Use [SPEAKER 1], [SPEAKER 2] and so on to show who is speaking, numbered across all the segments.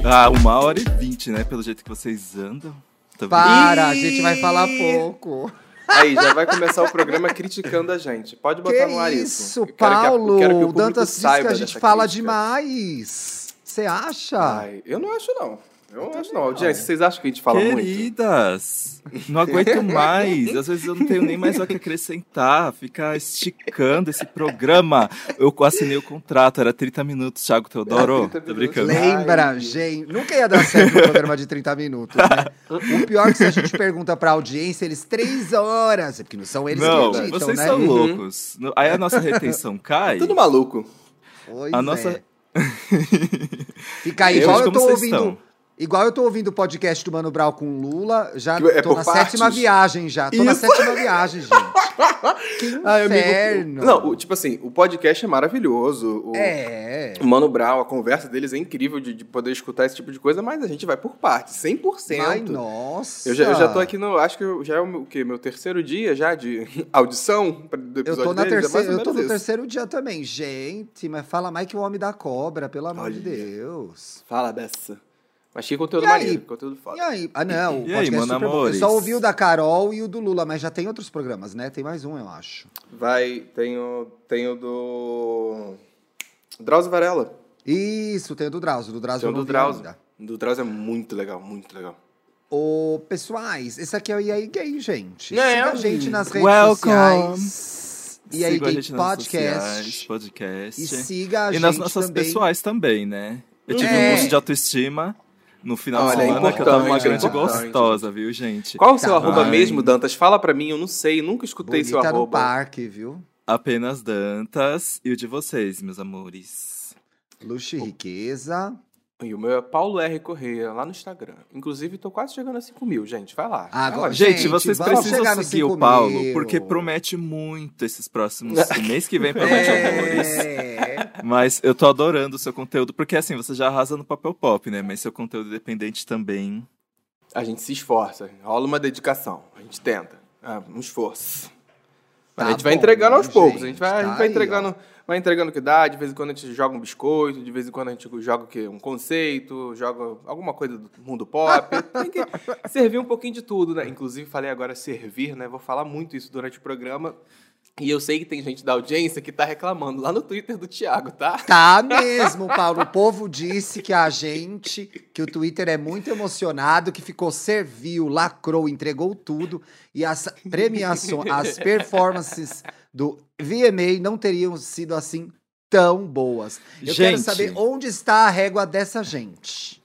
[SPEAKER 1] Ah, 1h20, né? Pelo jeito que vocês andam.
[SPEAKER 2] Para, a gente vai falar pouco.
[SPEAKER 3] Aí, já vai começar o programa criticando a gente. Pode botar no ar isso.
[SPEAKER 2] Paulo?
[SPEAKER 3] Quero que o
[SPEAKER 2] Dantas diz que a gente fala demais. Você acha?
[SPEAKER 3] Ai, eu não acho, não. Eu não acho, não. Audiência, vocês acham que a gente fala muito?
[SPEAKER 1] Queridas, não aguento mais. Às vezes eu não tenho nem mais o que acrescentar. Ficar esticando esse programa. Eu assinei o contrato, era 30 minutos, Thiago Teodoro. Tô brincando.
[SPEAKER 2] Lembra, gente? Nunca ia dar certo um programa de 30 minutos, né? O pior é que se a gente pergunta pra audiência, eles 3 horas. Porque não são eles
[SPEAKER 1] não,
[SPEAKER 2] que editam,
[SPEAKER 1] vocês
[SPEAKER 2] né?
[SPEAKER 1] são loucos. Aí a nossa retenção cai.
[SPEAKER 3] É tudo maluco.
[SPEAKER 2] Pois
[SPEAKER 1] a nossa...
[SPEAKER 2] Fica aí, igual eu tô ouvindo o podcast do Mano Brown com o Lula, já tô na sétima viagem já. Tô na sétima viagem, gente. Que inferno.
[SPEAKER 3] Amigo, não, tipo assim, o podcast é maravilhoso. O Mano Brown, a conversa deles é incrível de poder escutar esse tipo de coisa, mas a gente vai por partes, 100%.
[SPEAKER 2] Ai, nossa.
[SPEAKER 3] Eu já tô aqui acho que já é o quê? Meu terceiro dia já de audição do episódio deles?
[SPEAKER 2] Eu tô no terceiro dia também. Gente, mas fala mais que o Homem da Cobra, pelo amor de Deus.
[SPEAKER 3] Fala dessa. Mas tinha conteúdo maneiro, conteúdo foda.
[SPEAKER 2] E aí? Ah, não.
[SPEAKER 1] E aí, mano, amores?
[SPEAKER 2] Eu só ouvi o da Carol e o do Lula, mas já tem outros programas, né? Tem mais um, eu acho.
[SPEAKER 3] Tem o do Drauzio Varela.
[SPEAKER 2] Isso, tem o do Drauzio. Do Drauzio eu não vi ainda.
[SPEAKER 3] O do Drauzio é muito legal, muito legal.
[SPEAKER 2] Ô, pessoais, esse aqui é o E aí Gay, gente.
[SPEAKER 3] Siga
[SPEAKER 2] a gente nas redes sociais. E aí Gay
[SPEAKER 1] Podcast.
[SPEAKER 2] E siga a gente
[SPEAKER 1] e nas nossas
[SPEAKER 2] também.
[SPEAKER 1] Pessoais também, né? Eu tive um curso de autoestima no final de semana que eu tava uma grande gostosa, viu, gente?
[SPEAKER 3] Qual o seu arroba mesmo, Dantas? Fala pra mim, eu não sei, nunca escutei
[SPEAKER 2] Bonita
[SPEAKER 3] seu arroba.
[SPEAKER 2] no parque, viu?
[SPEAKER 1] Apenas Dantas e o de vocês, meus amores.
[SPEAKER 2] Luxo e riqueza.
[SPEAKER 3] E o meu é Paulo R. Correia, lá no Instagram. Inclusive, tô quase chegando a 5.000, gente. Vai lá.
[SPEAKER 2] Agora,
[SPEAKER 1] gente, vocês precisam seguir o Paulo, porque promete muito esses próximos... mês que vem promete amores. Mas eu tô adorando o seu conteúdo, porque assim, você já arrasa no papel pop, né? Mas seu conteúdo independente também.
[SPEAKER 3] A gente se esforça, rola uma dedicação, a gente tenta, um esforço. Mas a gente vai entregando aos poucos, a gente vai entregando o que dá, de vez em quando a gente joga um biscoito, de vez em quando a gente joga o quê? Um conceito, joga alguma coisa do mundo pop. Tem que servir um pouquinho de tudo, né? Inclusive, falei agora servir, né? Vou falar muito isso durante o programa. E eu sei que tem gente da audiência que tá reclamando lá no Twitter do Thiago, tá?
[SPEAKER 2] Tá mesmo, Paulo. O povo disse que que o Twitter é muito emocionado, que ficou servil, lacrou, entregou tudo. E as premiações, as performances do VMA não teriam sido assim tão boas. Eu quero saber onde está a régua dessa gente.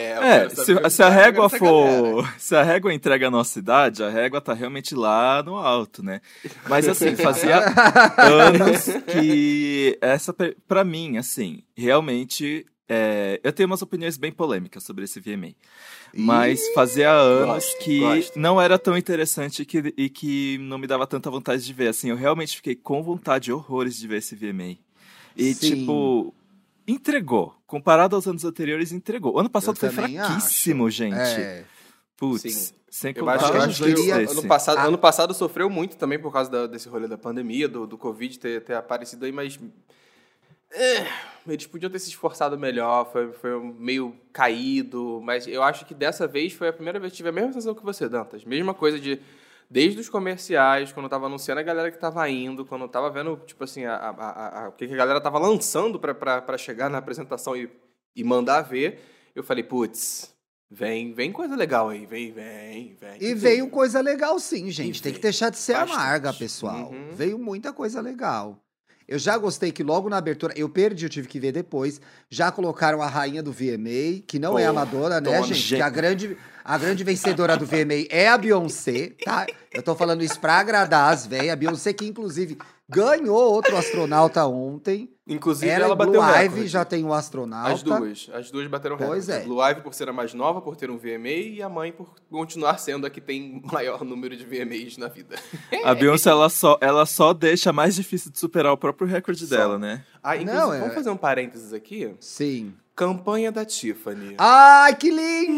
[SPEAKER 1] Se a régua se a régua entrega a nossa idade, a régua tá realmente lá no alto, né? Mas assim, fazia anos que pra mim, assim, realmente eu tenho umas opiniões bem polêmicas sobre esse VMA. Mas fazia anos que não era tão interessante e que não me dava tanta vontade de ver. Assim, eu realmente fiquei com vontade horrores de ver esse VMA. E tipo, entregou. Comparado aos anos anteriores, entregou. O ano passado foi fraquíssimo, gente. Putz, sem contar os dois desse.
[SPEAKER 3] Ano passado sofreu muito também por causa desse rolê da pandemia, do Covid ter aparecido aí, mas... eles podiam ter se esforçado melhor, foi meio caído, mas eu acho que dessa vez foi a primeira vez que tive a mesma sensação que você, Dantas. Mesma coisa desde os comerciais, quando eu tava anunciando a galera que tava indo, quando eu tava vendo, tipo assim, o que a galera tava lançando pra chegar na apresentação e mandar ver, eu falei, putz, vem coisa legal aí, vem.
[SPEAKER 2] E veio coisa legal sim, gente, tem que deixar de ser amarga, pessoal. Veio muita coisa legal. Eu já gostei que logo na abertura, eu tive que ver depois, já colocaram a rainha do VMA, que não é amadora, né, gente? Que a grande vencedora do VMA é a Beyoncé, tá? Eu tô falando isso pra agradar as véias. A Beyoncé que, inclusive, ganhou outro astronauta ontem.
[SPEAKER 3] Inclusive,
[SPEAKER 2] ela
[SPEAKER 3] bateu
[SPEAKER 2] Blue
[SPEAKER 3] recorde.
[SPEAKER 2] Ivy já tem um astronauta.
[SPEAKER 3] As duas bateram recorde.
[SPEAKER 2] Pois é.
[SPEAKER 3] Blue Ivy por ser a mais nova, por ter um VMA, e a mãe por continuar sendo a que tem o maior número de VMAs na vida.
[SPEAKER 1] A Beyoncé, ela só deixa mais difícil de superar o próprio recorde dela, né?
[SPEAKER 3] Inclusive, vamos fazer um parênteses aqui?
[SPEAKER 2] Sim.
[SPEAKER 3] Campanha da Tiffany.
[SPEAKER 2] Ai, que lindo!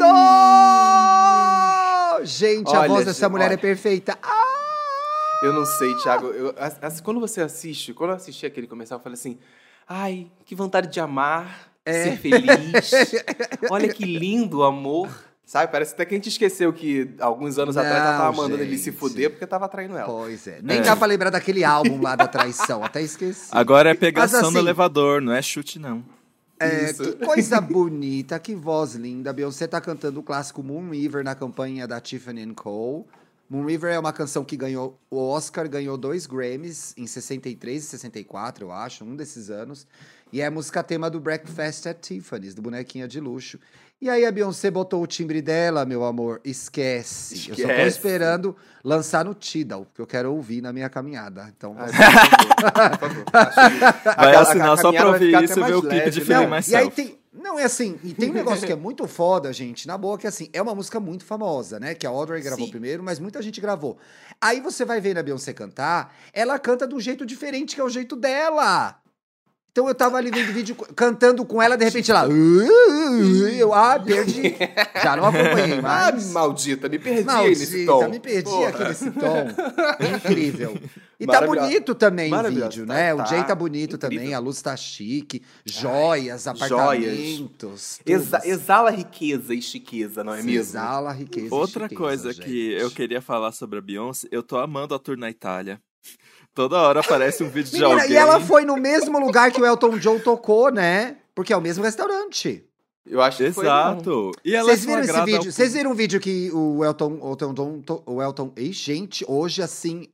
[SPEAKER 2] Gente, a voz dessa mulher é perfeita.
[SPEAKER 3] Eu não sei, Thiago. Quando eu assisti aquele comercial, eu falei assim, ai, que vontade de amar ser feliz. Olha que lindo o amor. Sabe, parece até que a gente esqueceu que alguns anos atrás ela tava mandando ele se fuder porque tava traindo ela.
[SPEAKER 2] Pois é. Nem dá pra lembrar daquele álbum lá da traição, até esqueci.
[SPEAKER 1] Agora é pegação
[SPEAKER 2] Mas, assim,
[SPEAKER 1] no elevador, não é chute, não.
[SPEAKER 2] Que coisa bonita, que voz linda. Beyoncé tá cantando o clássico Moon River na campanha da Tiffany Co. Moon River é uma canção que ganhou o Oscar, ganhou 2 Grammys em 63 e 64, eu acho, um desses anos. E é a música tema do Breakfast at Tiffany's, do Bonequinha de Luxo. E aí a Beyoncé botou o timbre dela, meu amor, esquece. Eu só tô esperando lançar no Tidal, porque eu quero ouvir na minha caminhada. Então,
[SPEAKER 3] por favor.
[SPEAKER 1] Vai assinar só pra ouvir isso e ver o clipe de Feeling Myself.
[SPEAKER 2] E aí tem... Não, é assim, e tem um negócio que é muito foda, gente, na boa, que assim, é uma música muito famosa, né? Que a Audrey gravou primeiro, mas muita gente gravou. Aí você vai ver na Beyoncé cantar, ela canta de um jeito diferente, que é o jeito dela. Então eu tava ali vendo vídeo, cantando com ela, de repente ela... perdi. Já não acompanhei mais.
[SPEAKER 3] Maldita, me perdi aí nesse tom.
[SPEAKER 2] Me perdi aqui nesse tom. Incrível. E tá bonito também o vídeo, né? O Jay tá bonito também, a luz tá chique, joias, apartamentos.
[SPEAKER 3] Exala riqueza e chiqueza, não é mesmo?
[SPEAKER 2] Exala riqueza
[SPEAKER 1] Outra
[SPEAKER 2] e chiqueza,
[SPEAKER 1] coisa
[SPEAKER 2] gente.
[SPEAKER 1] que eu queria falar sobre a Beyoncé, eu tô amando a tour na Itália. Toda hora aparece um vídeo de alguém.
[SPEAKER 2] E ela foi no mesmo lugar que o Elton John tocou, né? Porque é o mesmo restaurante.
[SPEAKER 3] Eu acho que
[SPEAKER 1] Exato. E ela
[SPEAKER 2] Vocês viram esse vídeo? Vocês viram um vídeo que o Elton... Ei, gente, hoje, assim,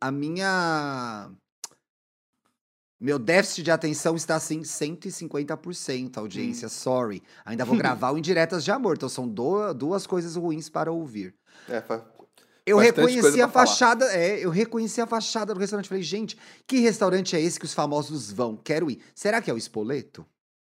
[SPEAKER 2] meu déficit de atenção está, assim, 150% audiência, sorry. Ainda vou gravar o Indiretas de Amor, então são duas coisas ruins para ouvir. Eu reconheci a fachada, do restaurante. Falei, gente, que restaurante é esse que os famosos vão? Quero ir. Será que é o Spoleto?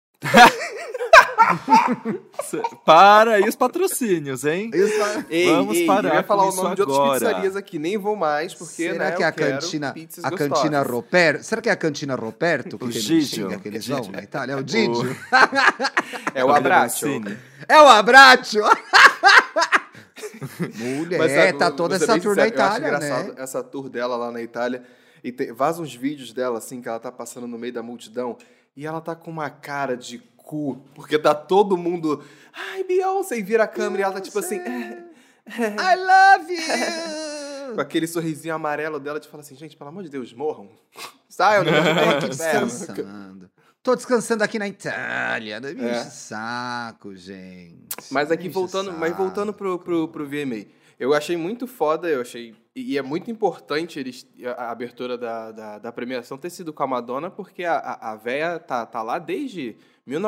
[SPEAKER 1] Para aí os patrocínios, hein? Vamos parar.
[SPEAKER 3] Eu ia falar o nome de outras
[SPEAKER 1] agora.
[SPEAKER 3] pizzarias aqui, nem vou mais, porque,
[SPEAKER 2] será que é a cantina Roberto? Será que é a cantina Roberto?
[SPEAKER 1] O Gigio.
[SPEAKER 2] Que eles vão na Itália? É o Gigio?
[SPEAKER 3] É o Abbraccio.
[SPEAKER 2] É o Abbraccio! Mulher, tá toda essa tour na Itália,
[SPEAKER 3] eu acho engraçado
[SPEAKER 2] né?
[SPEAKER 3] essa tour dela lá na Itália. E vaza uns vídeos dela, assim, que ela tá passando no meio da multidão. E ela tá com uma cara de cu. Porque tá todo mundo... Ai, Beyoncé! E vira a câmera e ela tá tipo assim...
[SPEAKER 2] I love you!
[SPEAKER 3] Com aquele sorrisinho amarelo dela, te fala assim, gente, pelo amor de Deus, morram. Sai, eu não tô
[SPEAKER 2] descansando. Tô descansando aqui na Itália. Me enche saco, gente.
[SPEAKER 3] Mas aqui voltando pro VMA. Eu achei muito foda, e é muito importante a abertura da premiação ter sido com a Madonna, porque a véia tá lá desde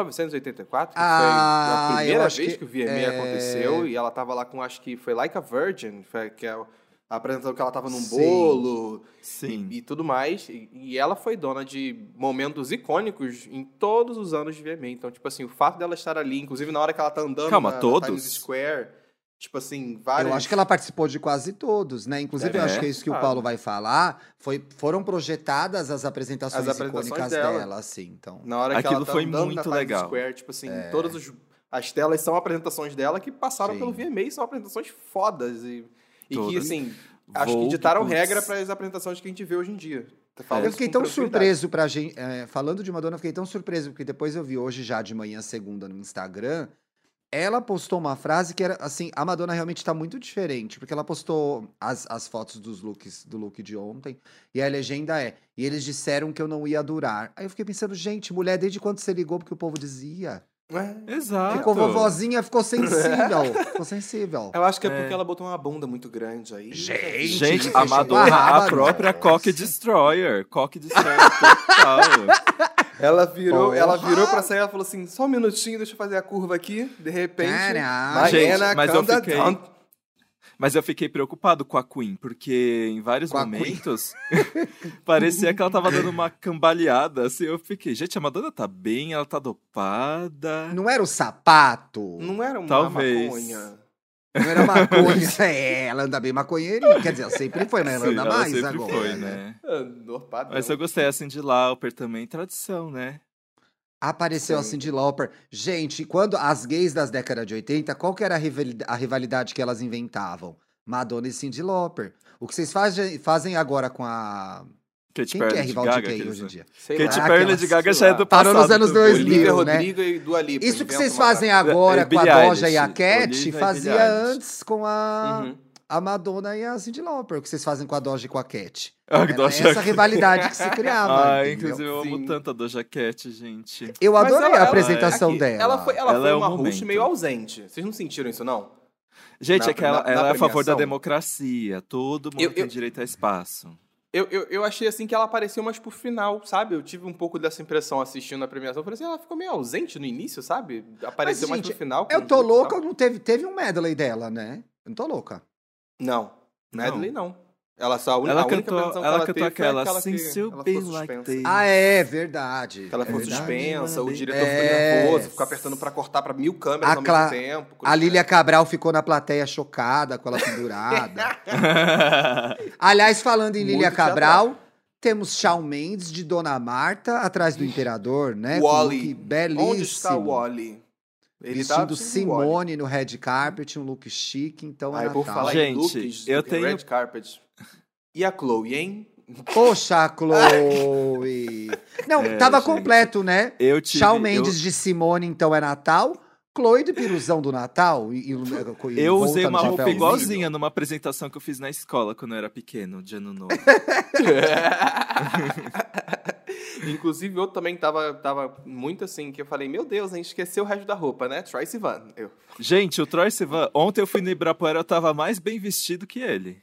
[SPEAKER 3] 1984, que foi a primeira vez que o VMA aconteceu, e ela tava lá com, acho que foi Like a Virgin, que é a apresentação que ela tava num bolo e tudo mais. E ela foi dona de momentos icônicos em todos os anos de VMA. Então, tipo assim, o fato dela estar ali, inclusive na hora que ela tá andando na Times Square, tipo assim, vários...
[SPEAKER 2] Eu acho que ela participou de quase todos, né? Inclusive, eu acho que é isso que o Paulo vai falar. Foram projetadas as apresentações icônicas dela, assim. Então,
[SPEAKER 3] na hora que
[SPEAKER 1] aquilo
[SPEAKER 3] ela tá
[SPEAKER 1] foi
[SPEAKER 3] andando
[SPEAKER 1] muito
[SPEAKER 3] na
[SPEAKER 1] legal.
[SPEAKER 3] Times Square, tipo assim, todas as telas são apresentações dela que passaram pelo VMA e são apresentações fodas e que, assim, acho que ditaram regra para as apresentações que a gente vê hoje em dia.
[SPEAKER 2] Eu fiquei tão surpreso pra gente... falando de Madonna, eu fiquei tão surpreso, porque depois eu vi hoje já de manhã, segunda, no Instagram, ela postou uma frase que era, assim, a Madonna realmente tá muito diferente, porque ela postou as fotos do look de ontem, e a legenda é, e eles disseram que eu não ia durar. Aí eu fiquei pensando, gente, mulher, desde quando você ligou porque o povo dizia?
[SPEAKER 1] Exato.
[SPEAKER 2] Ficou vovozinha, ficou sensível.
[SPEAKER 3] Eu acho que é porque ela botou uma bunda muito grande aí.
[SPEAKER 1] Gente, a Madonna, a própria Cock Destroyer. Cock Destroyer total.
[SPEAKER 3] Ela virou pra sair, ela falou assim, só um minutinho, deixa eu fazer a curva aqui. De repente,
[SPEAKER 1] Mariana, mas eu fiquei preocupado com a Queen, porque em vários momentos parecia que ela tava dando uma cambaleada, assim, eu fiquei, gente, a Madonna tá bem, ela tá dopada.
[SPEAKER 2] Não era o sapato?
[SPEAKER 3] Não era uma
[SPEAKER 1] Talvez.
[SPEAKER 3] maconha?
[SPEAKER 2] Não era maconha. Ela anda bem maconheirinha, quer dizer, ela sempre foi, mas ela anda mais
[SPEAKER 1] sempre
[SPEAKER 2] agora.
[SPEAKER 1] Foi, né?
[SPEAKER 3] Dorpada,
[SPEAKER 1] mas eu gostei, a Cyndi Lauper também, tradição, né?
[SPEAKER 2] Apareceu a Cyndi Lauper. Gente, quando as gays das décadas de 80, qual que era a rivalidade que elas inventavam? Madonna e Cyndi Lauper. O que vocês fazem agora com a
[SPEAKER 1] Katy
[SPEAKER 2] Quem
[SPEAKER 1] Perry,
[SPEAKER 2] que é
[SPEAKER 1] Lady
[SPEAKER 2] rival de
[SPEAKER 1] Gaga,
[SPEAKER 2] quem
[SPEAKER 1] quer
[SPEAKER 2] hoje em
[SPEAKER 1] dizer.
[SPEAKER 2] dia?
[SPEAKER 3] Sei
[SPEAKER 1] Katy
[SPEAKER 3] lá.
[SPEAKER 1] Perry e
[SPEAKER 2] aquela-
[SPEAKER 1] Lady Gaga
[SPEAKER 3] sei
[SPEAKER 1] já é
[SPEAKER 3] lá.
[SPEAKER 1] do
[SPEAKER 2] Parou
[SPEAKER 1] passado.
[SPEAKER 2] nos anos
[SPEAKER 1] também.
[SPEAKER 2] 2000.
[SPEAKER 3] Olivia
[SPEAKER 2] né?
[SPEAKER 3] Rodrigo e Dua Lipa.
[SPEAKER 2] Isso que
[SPEAKER 3] inventam
[SPEAKER 2] vocês
[SPEAKER 3] uma
[SPEAKER 2] fazem
[SPEAKER 3] data.
[SPEAKER 2] agora com a
[SPEAKER 1] Billie
[SPEAKER 2] Doja e a
[SPEAKER 1] Eilish,
[SPEAKER 2] Cat,
[SPEAKER 1] Olivia e
[SPEAKER 2] fazia
[SPEAKER 1] Billie Eilish.
[SPEAKER 2] antes com a
[SPEAKER 3] Uhum.
[SPEAKER 2] Madonna e a Cyndi Lauper, o que vocês fazem com a Doja e com a Cat.
[SPEAKER 1] A
[SPEAKER 2] Era
[SPEAKER 1] Doja
[SPEAKER 2] essa
[SPEAKER 1] Cat.
[SPEAKER 2] rivalidade que se criava,
[SPEAKER 1] Ah,
[SPEAKER 2] entendeu?
[SPEAKER 1] inclusive eu amo
[SPEAKER 3] Sim.
[SPEAKER 1] tanto a Doja Cat, gente.
[SPEAKER 2] Eu
[SPEAKER 3] Mas
[SPEAKER 2] adorei
[SPEAKER 3] ela-
[SPEAKER 2] a apresentação
[SPEAKER 3] aqui,
[SPEAKER 2] dela.
[SPEAKER 3] Ela foi
[SPEAKER 1] Ela é um
[SPEAKER 3] uma host
[SPEAKER 1] momento.
[SPEAKER 3] meio ausente. Vocês não sentiram isso, não?
[SPEAKER 1] Gente,
[SPEAKER 3] Na-
[SPEAKER 1] é que ela,
[SPEAKER 3] na-
[SPEAKER 1] ela
[SPEAKER 3] na
[SPEAKER 1] é a favor da
[SPEAKER 3] premiação?
[SPEAKER 1] democracia. Todo mundo tem
[SPEAKER 3] eu-
[SPEAKER 1] direito a espaço.
[SPEAKER 3] Eu achei assim que ela apareceu mais pro final, sabe? Eu tive um pouco dessa impressão assistindo a premiação. Eu falei assim, ela ficou meio ausente no início, sabe? Apareceu
[SPEAKER 2] Mas,
[SPEAKER 3] mais
[SPEAKER 2] gente,
[SPEAKER 3] pro final. com
[SPEAKER 2] Eu
[SPEAKER 3] os
[SPEAKER 2] tô
[SPEAKER 3] looks e
[SPEAKER 2] louca,
[SPEAKER 3] tal.
[SPEAKER 2] não teve um medley dela, né? Eu não tô louca.
[SPEAKER 3] Não, medley não. Ela só, a única
[SPEAKER 1] Ela
[SPEAKER 3] apresentação
[SPEAKER 1] cantou,
[SPEAKER 3] que
[SPEAKER 1] ela
[SPEAKER 3] ela
[SPEAKER 1] cantou
[SPEAKER 3] teve
[SPEAKER 1] aquela
[SPEAKER 3] foi aquela que
[SPEAKER 1] Since You
[SPEAKER 3] ela
[SPEAKER 1] Be
[SPEAKER 3] ficou
[SPEAKER 1] Like
[SPEAKER 3] suspensa.
[SPEAKER 1] This.
[SPEAKER 2] Ah, é verdade.
[SPEAKER 3] Ela
[SPEAKER 2] é
[SPEAKER 3] ficou
[SPEAKER 2] verdade.
[SPEAKER 3] suspensa, o diretor
[SPEAKER 2] É.
[SPEAKER 3] ficou nervoso, ficou apertando pra cortar pra 1000 câmeras
[SPEAKER 2] A
[SPEAKER 3] ao
[SPEAKER 2] Cla-
[SPEAKER 3] mesmo tempo.
[SPEAKER 2] A Lília Cabral ficou na plateia chocada com ela pendurada. Aliás, falando em
[SPEAKER 3] Muito
[SPEAKER 2] Lília
[SPEAKER 3] teatral.
[SPEAKER 2] Cabral, temos Shawn Mendes de Dona Marta atrás do Imperador, né?
[SPEAKER 3] Wally.
[SPEAKER 2] Com um look belíssimo.
[SPEAKER 3] Onde está o Wally? Ele tá
[SPEAKER 2] Vestindo
[SPEAKER 3] vestindo o Wally.
[SPEAKER 2] Simone no red carpet, um look chique, então é
[SPEAKER 3] Aí, por
[SPEAKER 2] Natal.
[SPEAKER 3] falar
[SPEAKER 1] Gente,
[SPEAKER 3] em looks,
[SPEAKER 1] eu
[SPEAKER 3] eu
[SPEAKER 1] tenho-
[SPEAKER 3] Red Carpet. E a Chloe, hein?
[SPEAKER 2] Poxa, Chloe! Não,
[SPEAKER 1] É,
[SPEAKER 2] tava
[SPEAKER 1] gente.
[SPEAKER 2] completo, né?
[SPEAKER 1] Eu tive,
[SPEAKER 2] Shawn Mendes de Simone, então é Natal. Chloe de Piruzão do Natal.
[SPEAKER 1] eu usei uma roupa
[SPEAKER 2] igualzinha.
[SPEAKER 1] igualzinha numa apresentação que eu fiz na escola quando eu era pequeno, de ano novo.
[SPEAKER 3] Inclusive, eu também tava muito assim, que eu falei, meu Deus, a gente esqueceu o resto da roupa, né? Troye Sivan.
[SPEAKER 1] Gente, o Troye Sivan, ontem eu fui no Ibirapuera, eu tava mais bem vestido que ele.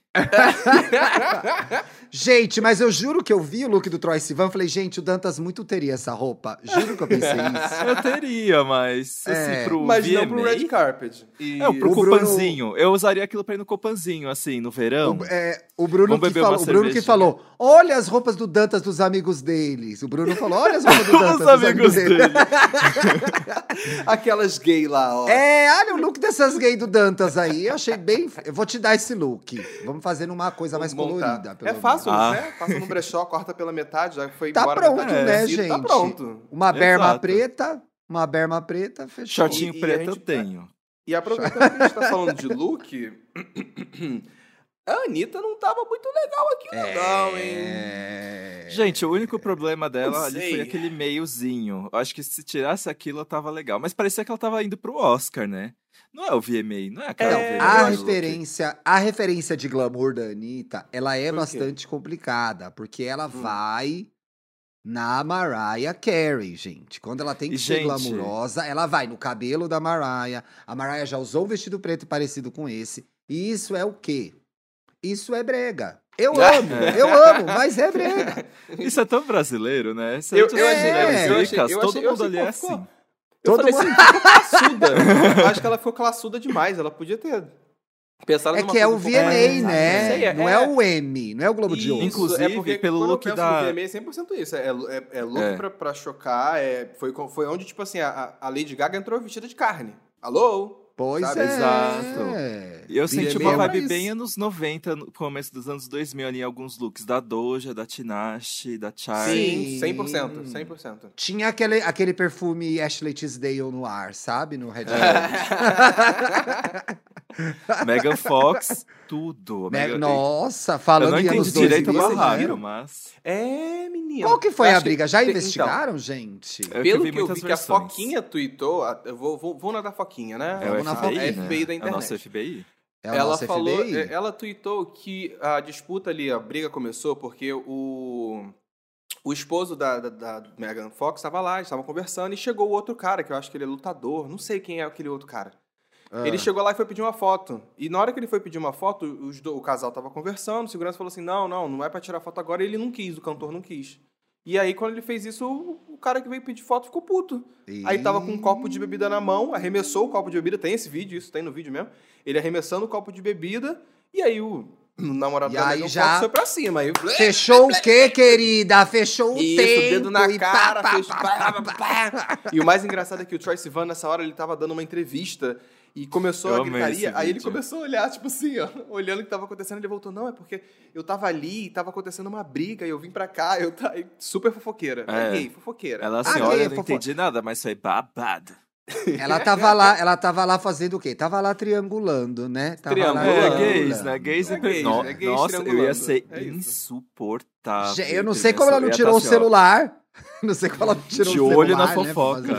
[SPEAKER 2] Gente, mas eu juro que eu vi o look do Troye Sivan, falei, gente, o Dantas muito teria essa roupa. Juro que eu pensei isso.
[SPEAKER 1] Eu teria, mas assim, pro
[SPEAKER 3] Mas não
[SPEAKER 1] VMA,
[SPEAKER 3] pro Red Carpet. E...
[SPEAKER 1] É, pro
[SPEAKER 2] O Bruno-
[SPEAKER 1] Copanzinho. Eu usaria aquilo pra ir no Copanzinho, assim, no verão.
[SPEAKER 2] O Bruno,
[SPEAKER 1] Vamos
[SPEAKER 2] que
[SPEAKER 1] beber
[SPEAKER 2] falou,
[SPEAKER 1] uma
[SPEAKER 2] o Bruno que
[SPEAKER 1] cervejinha.
[SPEAKER 2] falou, olha as roupas do Dantas dos amigos deles. O Bruno falou, olha as roupas do Dantas
[SPEAKER 1] Os
[SPEAKER 2] dos
[SPEAKER 1] amigos
[SPEAKER 2] dele.
[SPEAKER 1] dele.
[SPEAKER 3] Aquelas gay lá, ó.
[SPEAKER 2] Olha o look dessas gays do Dantas aí. Eu achei bem. Eu vou te dar esse look. Vamos fazer numa coisa mais
[SPEAKER 3] Montar.
[SPEAKER 2] colorida. pelo
[SPEAKER 3] É fácil,
[SPEAKER 1] Ah.
[SPEAKER 3] né? Passa no brechó, corta pela metade, já foi
[SPEAKER 2] Tá
[SPEAKER 3] embora.
[SPEAKER 2] pronto,
[SPEAKER 3] metade do
[SPEAKER 2] né,
[SPEAKER 3] tecido,
[SPEAKER 2] gente?
[SPEAKER 3] Tá pronto.
[SPEAKER 2] Uma berma
[SPEAKER 1] Exato.
[SPEAKER 2] preta. Uma berma preta, fechou.
[SPEAKER 1] Shortinho
[SPEAKER 3] E a
[SPEAKER 1] preto
[SPEAKER 3] gente-
[SPEAKER 1] eu tenho.
[SPEAKER 3] E aproveitando que a gente tá falando de look, a Anitta não tava muito legal aqui, não, hein?
[SPEAKER 2] É...
[SPEAKER 1] Gente, o único problema dela
[SPEAKER 3] Não
[SPEAKER 1] ali
[SPEAKER 3] sei.
[SPEAKER 1] foi aquele meiozinho. Eu acho que se tirasse aquilo, tava legal. Mas parecia que ela tava indo pro Oscar, né? Não é o VMA, não é aquela VMA.
[SPEAKER 2] A
[SPEAKER 1] do look.
[SPEAKER 2] referência de glamour da Anitta, ela é
[SPEAKER 3] Por quê?
[SPEAKER 2] bastante complicada, porque ela vai na Mariah Carey, gente. Quando ela tem que
[SPEAKER 1] E,
[SPEAKER 2] ser
[SPEAKER 1] gente-
[SPEAKER 2] glamurosa, ela vai no cabelo da Mariah. A Mariah já usou um vestido preto parecido com esse. E isso é o quê? Isso é brega. Eu amo, mas é brega.
[SPEAKER 1] Isso é tão brasileiro, né? Se
[SPEAKER 3] Eu
[SPEAKER 1] a gente assistir
[SPEAKER 2] achei-
[SPEAKER 1] Mulheres
[SPEAKER 3] eu
[SPEAKER 1] Ricas,
[SPEAKER 3] achei-
[SPEAKER 1] todo
[SPEAKER 3] eu
[SPEAKER 1] mundo
[SPEAKER 3] achei
[SPEAKER 1] ali é
[SPEAKER 3] que ficou-
[SPEAKER 1] assim.
[SPEAKER 3] Eu
[SPEAKER 2] Todo
[SPEAKER 3] falei
[SPEAKER 2] mundo-
[SPEAKER 3] assim, ficou classuda. Eu acho que ela ficou classuda demais. Ela podia ter pensado
[SPEAKER 2] É
[SPEAKER 3] numa
[SPEAKER 2] que é
[SPEAKER 3] coisa
[SPEAKER 2] o
[SPEAKER 3] um pouco mais
[SPEAKER 2] VMA,
[SPEAKER 3] pensada.
[SPEAKER 2] né?
[SPEAKER 3] Sei,
[SPEAKER 2] Não é o Emmy, não é o Globo de
[SPEAKER 3] Isso,
[SPEAKER 2] Ouro.
[SPEAKER 1] Inclusive,
[SPEAKER 3] porque
[SPEAKER 1] pelo
[SPEAKER 3] quando
[SPEAKER 1] look
[SPEAKER 3] eu penso
[SPEAKER 1] da-
[SPEAKER 3] no VMA é 100% isso. É look
[SPEAKER 1] É.
[SPEAKER 3] pra chocar. Foi onde, tipo assim, a Lady Gaga entrou vestida de carne. Alô?
[SPEAKER 2] Pois
[SPEAKER 3] Sabe?
[SPEAKER 2] é.
[SPEAKER 1] Exato. E eu senti
[SPEAKER 3] VMA
[SPEAKER 1] uma
[SPEAKER 3] é
[SPEAKER 1] vibe
[SPEAKER 3] isso.
[SPEAKER 1] bem anos 90, no começo dos anos 2000 ali, em alguns looks da Doja, da Tinashe, da Charlie.
[SPEAKER 3] Sim, 100%. 100%.
[SPEAKER 2] Tinha aquele perfume Ashley Tisdale no ar, sabe? No Red
[SPEAKER 1] Megan Fox, tudo. Megan-
[SPEAKER 2] Nossa,
[SPEAKER 1] eu
[SPEAKER 2] falando
[SPEAKER 1] não
[SPEAKER 2] em
[SPEAKER 1] entendi
[SPEAKER 2] anos
[SPEAKER 1] direito a
[SPEAKER 2] 2000,
[SPEAKER 1] barraca,
[SPEAKER 2] né?
[SPEAKER 1] mas...
[SPEAKER 3] É, menina.
[SPEAKER 2] Qual que foi
[SPEAKER 3] Eu
[SPEAKER 2] a
[SPEAKER 3] acho
[SPEAKER 2] briga? Já
[SPEAKER 3] então,
[SPEAKER 2] investigaram, gente?
[SPEAKER 1] Eu
[SPEAKER 3] pelo
[SPEAKER 1] vi
[SPEAKER 3] que eu
[SPEAKER 1] muitas
[SPEAKER 3] vi que a
[SPEAKER 1] versões.
[SPEAKER 3] Foquinha tweetou, eu vou na da Foquinha, né?
[SPEAKER 1] É o
[SPEAKER 2] Vamos na
[SPEAKER 1] FBI,
[SPEAKER 2] Foquinha.
[SPEAKER 3] a FBI da
[SPEAKER 1] É o
[SPEAKER 3] internet.
[SPEAKER 1] nosso FBI.
[SPEAKER 2] É o
[SPEAKER 3] Ela
[SPEAKER 2] nosso
[SPEAKER 3] falou,
[SPEAKER 2] FBI?
[SPEAKER 3] ela tweetou que a disputa ali, a briga começou porque o esposo da Megan Fox estava lá, eles estavam conversando e chegou o outro cara, que eu acho que ele é lutador, não sei quem é aquele outro cara.
[SPEAKER 2] Ah.
[SPEAKER 3] Ele chegou lá e foi pedir uma foto. E na hora que ele foi pedir uma foto, o casal tava conversando, o segurança falou assim, não é pra tirar foto agora, e ele não quis, o cantor não quis. E aí, quando ele fez isso, o cara que veio pedir foto ficou puto. Aí tava com um copo de bebida na mão, arremessou o copo de bebida, tem esse vídeo, isso tem no vídeo mesmo. Ele arremessando o copo de bebida, e aí o namorado
[SPEAKER 2] E
[SPEAKER 3] da
[SPEAKER 2] aí
[SPEAKER 3] Megan
[SPEAKER 2] já-
[SPEAKER 3] Fox foi pra cima. Aí,
[SPEAKER 2] Fechou o quê, querida? Fechou o
[SPEAKER 3] isso,
[SPEAKER 2] tempo.
[SPEAKER 3] dedo na
[SPEAKER 2] e
[SPEAKER 3] cara,
[SPEAKER 2] pá,
[SPEAKER 3] fez...
[SPEAKER 2] pá, pá, pá, pá.
[SPEAKER 3] E o mais engraçado é que o Troye Sivan, nessa hora, ele tava dando uma entrevista e começou
[SPEAKER 1] Eu
[SPEAKER 3] a
[SPEAKER 1] amei
[SPEAKER 3] gritaria.
[SPEAKER 1] esse
[SPEAKER 3] Aí ele
[SPEAKER 1] vídeo.
[SPEAKER 3] começou a olhar, tipo assim, ó, olhando o que tava acontecendo. Ele voltou, não, é porque eu tava ali e tava acontecendo uma briga e eu vim pra cá. Super fofoqueira.
[SPEAKER 1] É.
[SPEAKER 3] Gay, fofoqueira.
[SPEAKER 1] Ela assim,
[SPEAKER 2] Ah,
[SPEAKER 1] olha,
[SPEAKER 2] gay,
[SPEAKER 1] eu não
[SPEAKER 2] fofo-
[SPEAKER 1] entendi nada, mas foi babado.
[SPEAKER 2] Ela tava lá fazendo o quê? Tava lá triangulando, né? Tava
[SPEAKER 3] Triangulando.
[SPEAKER 1] Gays, né? Gays
[SPEAKER 3] É gays,
[SPEAKER 1] no-
[SPEAKER 3] é gays
[SPEAKER 1] Nossa, eu ia
[SPEAKER 3] triangulando.
[SPEAKER 1] ser
[SPEAKER 3] É isso.
[SPEAKER 1] insuportável.
[SPEAKER 2] Eu não sei como ela não tirou o celular. Não sei como ela não tirou
[SPEAKER 1] De
[SPEAKER 2] o celular.
[SPEAKER 1] olho na
[SPEAKER 2] né,
[SPEAKER 1] fofoca.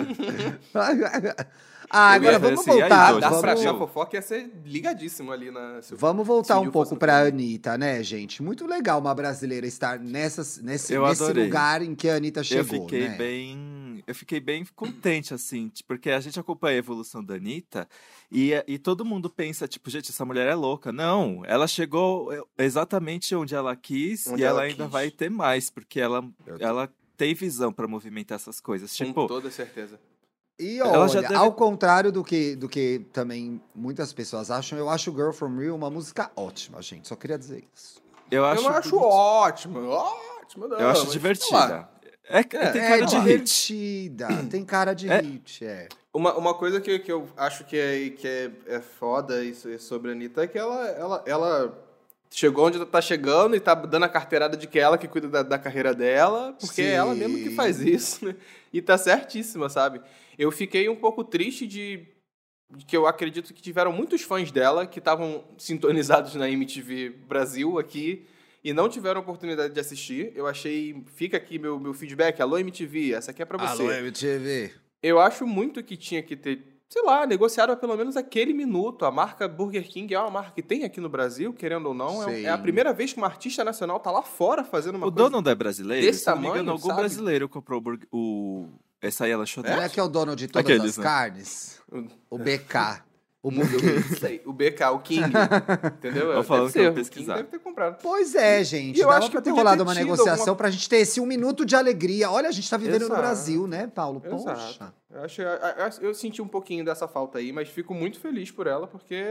[SPEAKER 2] Agora vamos
[SPEAKER 1] assim,
[SPEAKER 2] voltar.
[SPEAKER 1] aí,
[SPEAKER 3] Dá
[SPEAKER 1] Jojo,
[SPEAKER 3] pra
[SPEAKER 1] viu?
[SPEAKER 3] achar a fofoca ia ser ligadíssimo ali na...
[SPEAKER 2] Vamos voltar
[SPEAKER 3] se o
[SPEAKER 2] um
[SPEAKER 3] Gil
[SPEAKER 2] pouco
[SPEAKER 3] fosse
[SPEAKER 2] pra
[SPEAKER 3] um-
[SPEAKER 2] Anitta, né, gente? Muito legal uma brasileira estar nesse
[SPEAKER 1] Eu adorei.
[SPEAKER 2] lugar em que a Anitta chegou, né?
[SPEAKER 1] Eu fiquei bem contente, assim, porque a gente acompanha a evolução da Anitta e todo mundo pensa, tipo, gente, essa mulher é louca. Não, ela chegou exatamente onde ela quis
[SPEAKER 3] Onde
[SPEAKER 1] e ela
[SPEAKER 3] ela
[SPEAKER 1] ainda
[SPEAKER 3] quis.
[SPEAKER 1] vai ter mais, porque ela tem visão pra movimentar essas coisas.
[SPEAKER 3] Com
[SPEAKER 1] Tipo,
[SPEAKER 3] toda certeza.
[SPEAKER 2] E
[SPEAKER 1] Ela já
[SPEAKER 2] olha,
[SPEAKER 1] deve-
[SPEAKER 2] ao contrário do que também muitas pessoas acham, eu acho Girl From Real uma música ótima, gente. Só queria dizer isso.
[SPEAKER 1] eu
[SPEAKER 3] Eu não acho ótimo, não.
[SPEAKER 1] Eu acho
[SPEAKER 3] mas, sei
[SPEAKER 1] divertida.
[SPEAKER 3] lá.
[SPEAKER 1] Tem cara de hit.
[SPEAKER 2] divertida, tem cara de hit,
[SPEAKER 3] Uma coisa que eu acho que é foda isso sobre a Anitta é que ela chegou onde tá chegando e tá dando a carteirada de que é ela que cuida da carreira dela, porque é ela mesmo que faz isso, né? E tá certíssima, sabe? Eu fiquei um pouco triste de que eu acredito que tiveram muitos fãs dela que estavam sintonizados na MTV Brasil aqui e não tiveram oportunidade de assistir. Eu achei... Fica aqui meu feedback. Alô, MTV, essa aqui é pra você.
[SPEAKER 2] Alô, MTV.
[SPEAKER 3] Eu acho muito que tinha que ter, sei lá, negociado pelo menos aquele minuto. A marca Burger King é uma marca que tem aqui no Brasil, querendo ou não.
[SPEAKER 2] Sim.
[SPEAKER 3] É a primeira vez que uma artista nacional tá lá fora fazendo uma
[SPEAKER 1] O
[SPEAKER 3] coisa...
[SPEAKER 1] dono não é brasileiro?
[SPEAKER 3] desse
[SPEAKER 1] Se eu não me
[SPEAKER 3] tamanho,
[SPEAKER 1] engano, algum
[SPEAKER 3] sabe?
[SPEAKER 1] brasileiro comprou essa aí, ela
[SPEAKER 2] Não é que é o dono de todas
[SPEAKER 1] Aqueles,
[SPEAKER 2] as
[SPEAKER 1] né?
[SPEAKER 2] carnes? O BK. O
[SPEAKER 3] Não
[SPEAKER 2] Burger.
[SPEAKER 3] sei. O BK, o King. Entendeu?
[SPEAKER 1] Eu falando
[SPEAKER 3] Deve
[SPEAKER 1] que eu
[SPEAKER 3] ser,
[SPEAKER 1] vou
[SPEAKER 3] o King
[SPEAKER 1] pesquisar.
[SPEAKER 3] deve ter comprado.
[SPEAKER 2] Pois é, gente.
[SPEAKER 3] E eu
[SPEAKER 2] Dava
[SPEAKER 3] acho que
[SPEAKER 2] pra ter
[SPEAKER 3] podia
[SPEAKER 2] rolado
[SPEAKER 3] ter
[SPEAKER 2] uma
[SPEAKER 3] tido
[SPEAKER 2] negociação
[SPEAKER 3] alguma-
[SPEAKER 2] pra gente ter esse 1 minuto de alegria. Olha, a gente tá vivendo no
[SPEAKER 3] Exato.
[SPEAKER 2] Brasil, né, Paulo? Poxa.
[SPEAKER 3] Exato. Eu senti um pouquinho dessa falta aí, mas fico muito feliz por ela, porque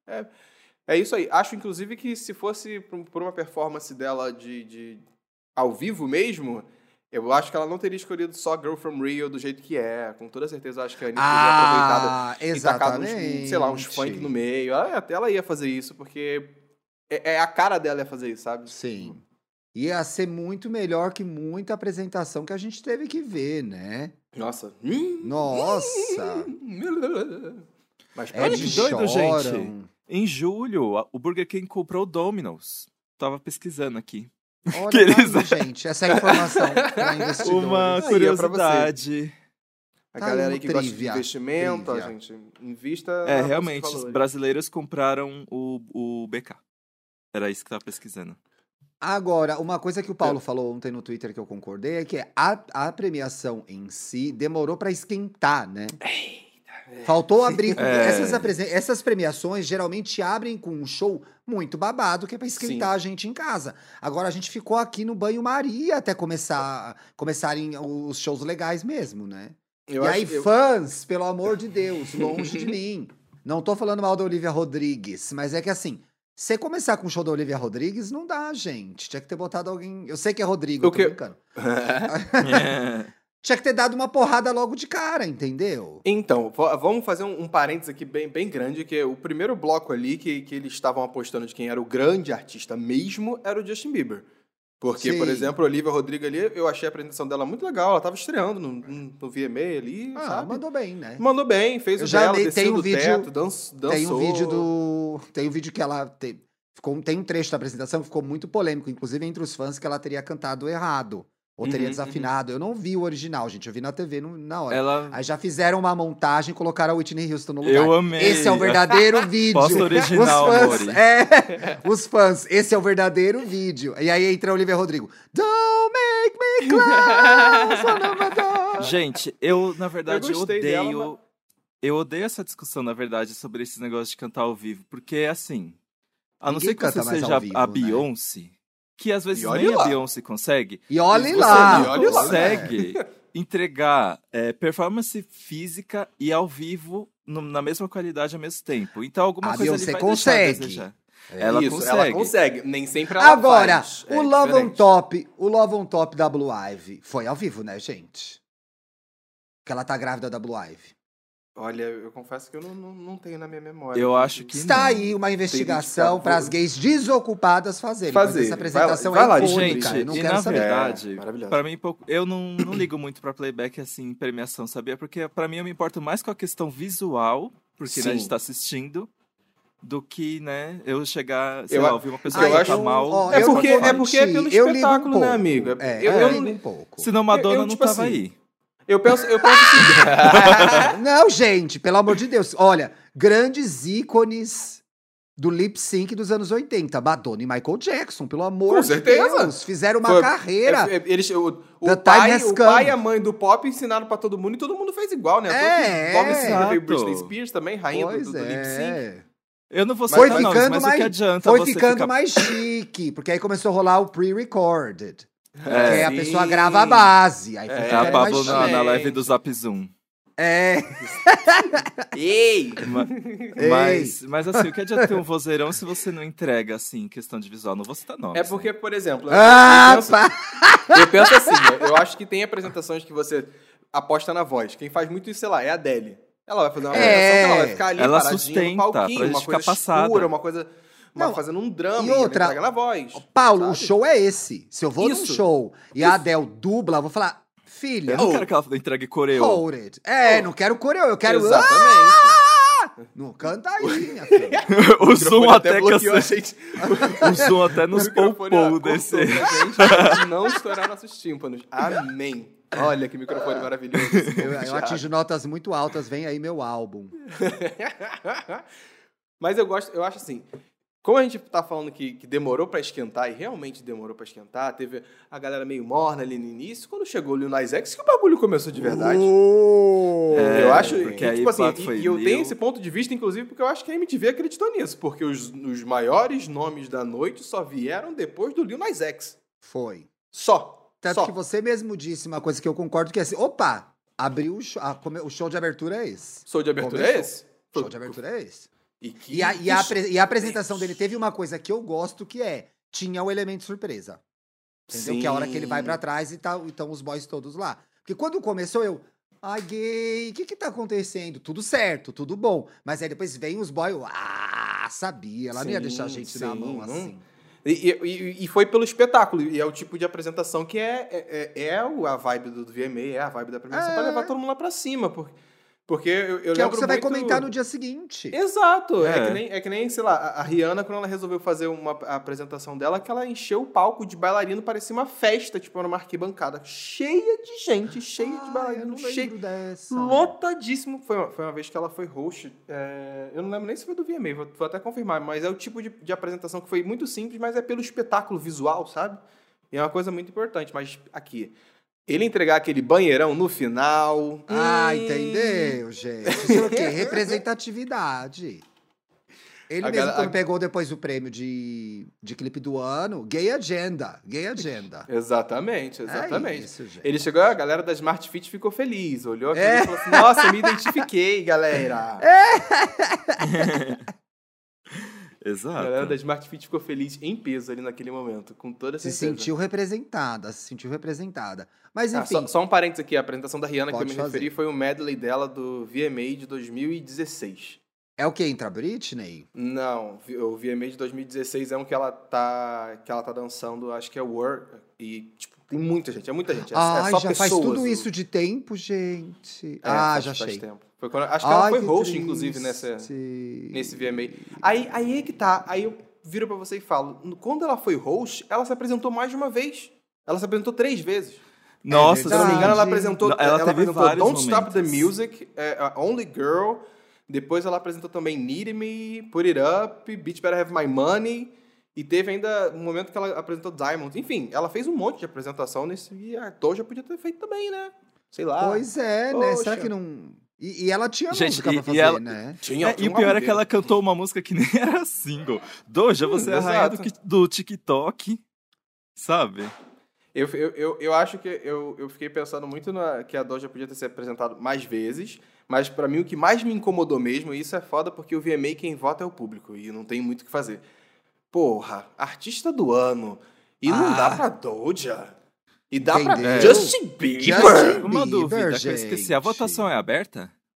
[SPEAKER 3] é isso aí. Acho, inclusive, que se fosse por uma performance dela de ao vivo mesmo, eu acho que ela não teria escolhido só Girl From Rio do jeito que é. Com toda certeza, eu acho que a Anitta teria aproveitado e tacado
[SPEAKER 2] exatamente.
[SPEAKER 3] sei lá, uns funk no meio. Ela ia fazer isso, porque é a cara dela ia fazer isso, sabe?
[SPEAKER 2] Sim. Ia ser muito melhor que muita apresentação que a gente teve que ver, né?
[SPEAKER 3] Nossa.
[SPEAKER 2] Nossa.
[SPEAKER 3] Mas
[SPEAKER 2] É
[SPEAKER 1] Olha
[SPEAKER 2] de
[SPEAKER 1] que doido,
[SPEAKER 2] choram.
[SPEAKER 1] gente. Em julho, o Burger King comprou o Domino's. Tava pesquisando aqui.
[SPEAKER 2] Olha
[SPEAKER 1] Que eles-
[SPEAKER 2] aí, gente, essa é a informação pra investidores.
[SPEAKER 1] Uma
[SPEAKER 3] Aí, é pra
[SPEAKER 1] curiosidade.
[SPEAKER 3] A
[SPEAKER 2] Tá
[SPEAKER 3] galera
[SPEAKER 2] aí
[SPEAKER 3] aí
[SPEAKER 2] um
[SPEAKER 3] que gosta de
[SPEAKER 2] trivia,
[SPEAKER 3] investimento, a
[SPEAKER 2] trivia.
[SPEAKER 3] gente invista...
[SPEAKER 1] É,
[SPEAKER 3] na bolsa de
[SPEAKER 1] realmente, os
[SPEAKER 3] valores.
[SPEAKER 1] brasileiros compraram o BK. Era isso que tava pesquisando.
[SPEAKER 2] Agora, uma coisa que o Paulo falou ontem no Twitter que eu concordei é que a premiação em si demorou pra esquentar, né? Faltou abrir. Essas premiações geralmente abrem com um show muito babado, que é pra esquentar a gente em casa. Agora a gente ficou aqui no banho-maria até começarem os shows legais mesmo, né?
[SPEAKER 3] Eu
[SPEAKER 2] e
[SPEAKER 3] acho
[SPEAKER 2] aí,
[SPEAKER 3] que
[SPEAKER 2] fãs, pelo amor de Deus, longe de mim. Não tô falando mal da Olivia Rodrigues, mas é que assim, você começar com o show da Olivia Rodrigues, não dá, gente. Tinha que ter botado alguém. Eu sei que é Rodrigo, eu tô brincando. Tinha que ter dado uma porrada logo de cara, entendeu?
[SPEAKER 3] Então, vamos fazer um parênteses aqui bem grande, que é o primeiro bloco ali que eles estavam apostando de quem era o grande artista mesmo era o Justin Bieber. Porque,
[SPEAKER 2] Sim.
[SPEAKER 3] por exemplo, a Olivia Rodrigo ali, eu achei a apresentação dela muito legal. Ela tava estreando no VMA ali, sabe?
[SPEAKER 2] Mandou bem, né?
[SPEAKER 3] Mandou bem, fez
[SPEAKER 2] Eu
[SPEAKER 3] o
[SPEAKER 2] já
[SPEAKER 3] dela,
[SPEAKER 2] amei,
[SPEAKER 3] desceu
[SPEAKER 2] tem um
[SPEAKER 3] do
[SPEAKER 2] vídeo-
[SPEAKER 3] teto, dançou.
[SPEAKER 2] Tem um vídeo que ela tem um trecho da apresentação que ficou muito polêmico, inclusive entre os fãs, que ela teria cantado errado. Ou teria desafinado. Eu não vi o original, gente. Eu vi na TV na hora. Aí já fizeram uma montagem e colocaram a Whitney Houston no lugar.
[SPEAKER 1] Eu amei.
[SPEAKER 2] Esse é o verdadeiro vídeo.
[SPEAKER 1] Posta original,
[SPEAKER 2] os fãs,
[SPEAKER 1] amore.
[SPEAKER 2] os fãs, esse é o verdadeiro vídeo. E aí entra a Olivia Rodrigo. Don't make me close on my door.
[SPEAKER 1] Gente, eu, na verdade,
[SPEAKER 3] Eu gostei dela,
[SPEAKER 1] odeio. Eu odeio essa discussão, na verdade, sobre esses negócios de cantar ao vivo. Porque, assim. A não
[SPEAKER 2] Ninguém
[SPEAKER 1] ser que você
[SPEAKER 2] canta mais
[SPEAKER 1] seja
[SPEAKER 2] ao vivo,
[SPEAKER 1] a
[SPEAKER 2] né?
[SPEAKER 1] Beyoncé, que às vezes
[SPEAKER 3] E olhe
[SPEAKER 1] nem
[SPEAKER 3] lá.
[SPEAKER 1] a Beyoncé consegue.
[SPEAKER 2] E olhe
[SPEAKER 1] Você
[SPEAKER 2] lá.
[SPEAKER 1] não
[SPEAKER 3] E olhe lá.
[SPEAKER 1] consegue entregar performance física e ao vivo na mesma qualidade ao mesmo tempo. Então, alguma
[SPEAKER 2] A
[SPEAKER 1] coisa
[SPEAKER 2] Beyoncé
[SPEAKER 1] ali vai
[SPEAKER 2] consegue.
[SPEAKER 1] deixar a desejar. Ela
[SPEAKER 3] Isso,
[SPEAKER 1] consegue.
[SPEAKER 3] ela consegue. Nem sempre ela
[SPEAKER 2] Agora,
[SPEAKER 3] faz.
[SPEAKER 2] o Love on Top da Blue Ivy foi ao vivo, né, gente? Que ela tá grávida da Blue Ivy.
[SPEAKER 3] Olha, eu confesso que eu não tenho na minha memória.
[SPEAKER 1] Eu acho que
[SPEAKER 2] Está
[SPEAKER 1] não.
[SPEAKER 2] aí uma investigação para as gays desocupadas fazerem. Mas essa apresentação
[SPEAKER 3] vai lá,
[SPEAKER 2] é icônica,
[SPEAKER 1] Gente,
[SPEAKER 2] eu não
[SPEAKER 1] e
[SPEAKER 2] quero
[SPEAKER 1] na
[SPEAKER 2] saber.
[SPEAKER 1] verdade,
[SPEAKER 3] maravilhoso.
[SPEAKER 1] pra mim, eu não ligo muito pra playback, assim, premiação, sabia? Porque pra mim eu me importo mais com a questão visual, porque né, a gente tá assistindo, do que, né, eu chegar, sei lá, ouvir uma pessoa que tá mal.
[SPEAKER 3] É porque é pelo espetáculo, né, amigo?
[SPEAKER 2] Eu ligo um pouco.
[SPEAKER 1] Senão Madonna não tava
[SPEAKER 3] assim,
[SPEAKER 1] aí.
[SPEAKER 3] Eu penso assim...
[SPEAKER 2] Não, gente, pelo amor de Deus. Olha, grandes ícones do lip sync dos anos 80. Madonna e Michael Jackson, pelo amor de Deus. Fizeram uma carreira.
[SPEAKER 3] O pai e a mãe do pop ensinaram pra todo mundo e todo mundo fez igual, né? Logo em seguida veio Britney Spears também, rainha do lip sync.
[SPEAKER 1] Eu não vou
[SPEAKER 2] foi
[SPEAKER 1] citar
[SPEAKER 2] ficando
[SPEAKER 1] nomes, mas
[SPEAKER 2] mais,
[SPEAKER 1] o que adianta
[SPEAKER 2] foi
[SPEAKER 1] você
[SPEAKER 2] ficando
[SPEAKER 1] ficar...
[SPEAKER 2] mais chique, porque aí começou a rolar o pre-recorded. Que aí a pessoa grava a base. Aí
[SPEAKER 1] É a Pablo na live do Zap Zoom.
[SPEAKER 3] Ei!
[SPEAKER 1] Mas assim, o que adianta ter um vozeirão se você não entrega, assim, questão de visual? Não vou citar nomes.
[SPEAKER 3] É porque, por exemplo...
[SPEAKER 2] eu
[SPEAKER 3] penso assim, eu acho que tem apresentações que você aposta na voz. Quem faz muito isso, sei lá, é a Adele. Ela vai fazer uma apresentação que ela vai ficar ali
[SPEAKER 1] ela
[SPEAKER 3] paradinha
[SPEAKER 1] sustenta,
[SPEAKER 3] no palquinho,
[SPEAKER 1] pra gente
[SPEAKER 3] uma
[SPEAKER 1] ficar
[SPEAKER 3] coisa
[SPEAKER 1] passada.
[SPEAKER 3] escura, uma coisa... fazendo um drama
[SPEAKER 2] e outra,
[SPEAKER 3] entrega na voz.
[SPEAKER 2] Paulo,
[SPEAKER 3] sabe?
[SPEAKER 2] o show é esse. Se eu vou num show e a Adele dubla, eu vou falar, filha...
[SPEAKER 1] Eu não quero que ela entregue coreo.
[SPEAKER 2] Hold it. Não quero coreo, eu quero...
[SPEAKER 3] Exatamente.
[SPEAKER 2] Não canta aí, minha filha.
[SPEAKER 1] O Zoom até
[SPEAKER 3] bloqueou a gente.
[SPEAKER 1] O Zoom até nos poupou desse...
[SPEAKER 3] Gente, não estourar nossos tímpanos. Amém. Olha que microfone maravilhoso.
[SPEAKER 2] Eu atingo notas muito altas, vem aí meu álbum.
[SPEAKER 3] Mas eu acho assim, como a gente tá falando que demorou pra esquentar, e realmente demorou pra esquentar, teve a galera meio morna ali no início, quando chegou o Lil Nas X, que o bagulho começou de verdade. Eu acho,
[SPEAKER 1] porque
[SPEAKER 3] tipo assim,
[SPEAKER 1] e
[SPEAKER 3] eu tenho esse ponto de vista, inclusive, porque eu acho que a MTV acreditou nisso, porque os maiores nomes da noite só vieram depois do Lil Nas X.
[SPEAKER 2] Foi.
[SPEAKER 3] Só.
[SPEAKER 2] Tanto que você mesmo disse uma coisa que eu concordo, que é assim, opa, abriu o show de abertura é esse.
[SPEAKER 3] Show de abertura é esse?
[SPEAKER 2] Show de abertura é esse.
[SPEAKER 3] E
[SPEAKER 2] a apresentação dele teve uma coisa que eu gosto, que tinha o elemento surpresa. Entendeu?
[SPEAKER 3] Sim.
[SPEAKER 2] Que é a hora que ele vai pra trás e estão os boys todos lá. Porque quando começou, ai, gay, o que tá acontecendo? Tudo certo, tudo bom. Mas aí depois vem os boys, sabia, ela não ia deixar a gente na mão assim.
[SPEAKER 3] E foi pelo espetáculo, e é o tipo de apresentação que é a vibe do VMA, é a vibe da premiação, pra levar todo mundo lá pra cima, porque eu lembro
[SPEAKER 2] que é o que você vai
[SPEAKER 3] muito...
[SPEAKER 2] comentar no dia seguinte.
[SPEAKER 3] Exato, é que nem, sei lá, a Rihanna, quando ela resolveu fazer a apresentação dela, que ela encheu o palco de bailarino, parecia uma festa, tipo, era uma arquibancada cheia de gente, cheia de bailarino, lotadíssimo. Foi uma vez que ela foi host, eu não lembro nem se foi do VMA, vou até confirmar, mas é o tipo de apresentação que foi muito simples, mas é pelo espetáculo visual, sabe? E é uma coisa muito importante, mas aqui... Ele entregar aquele banheirão no final...
[SPEAKER 2] entendeu, gente? Isso é o quê? Representatividade. Ele mesmo, quando pegou depois o prêmio de clipe do ano, Gay Agenda.
[SPEAKER 3] Exatamente.
[SPEAKER 2] É isso, gente.
[SPEAKER 3] Ele chegou, a galera da Smart Fit ficou feliz. Olhou aqui e falou assim, nossa, me identifiquei, galera.
[SPEAKER 1] Exato.
[SPEAKER 3] A galera da Smart Fit ficou feliz em peso ali naquele momento, com toda certeza.
[SPEAKER 2] Se sentiu representada. Mas enfim...
[SPEAKER 3] Só um parênteses aqui, a apresentação da Rihanna que eu me
[SPEAKER 2] fazer.
[SPEAKER 3] referi foi um medley dela do VMA de 2016.
[SPEAKER 2] É o que? Entra a Britney?
[SPEAKER 3] Não, o VMA de 2016 é um que ela tá dançando, acho que é Work, e tipo, tem muita gente, é muita gente. É só
[SPEAKER 2] já
[SPEAKER 3] pessoas.
[SPEAKER 2] Faz tudo isso de tempo, gente. Já achei.
[SPEAKER 3] Faz tempo. Acho que ela foi host, inclusive, nesse VMA. Aí é que tá. Aí eu viro pra você e falo, quando ela foi host, ela se apresentou mais de uma vez. Ela se apresentou 3 vezes.
[SPEAKER 1] Nossa,
[SPEAKER 3] se eu não me engano, ela apresentou
[SPEAKER 1] vários
[SPEAKER 3] Don't Stop the
[SPEAKER 1] momentos.
[SPEAKER 3] Music, Only Girl. Depois ela apresentou também Need Me, Put It Up, Bitch Better Have My Money. E teve ainda um momento que ela apresentou Diamond. Enfim, ela fez um monte de apresentação nesse... E a Doja podia ter feito também, né? Sei lá.
[SPEAKER 2] Pois é, né? Será que não... E ela tinha música pra fazer, né?
[SPEAKER 1] E o pior é que ela cantou uma música que nem era single. Doja, você é a rainha do TikTok, sabe?
[SPEAKER 3] Eu acho que eu fiquei pensando muito que a Doja podia ter se apresentado mais vezes, mas pra mim o que mais me incomodou mesmo, e isso é foda porque o VMA quem vota é o público, e não tem muito o que fazer. Porra, artista do ano, e não dá pra Doja, e dá pra Justin Bieber.
[SPEAKER 1] Uma dúvida que eu esqueci, a votação é aberta?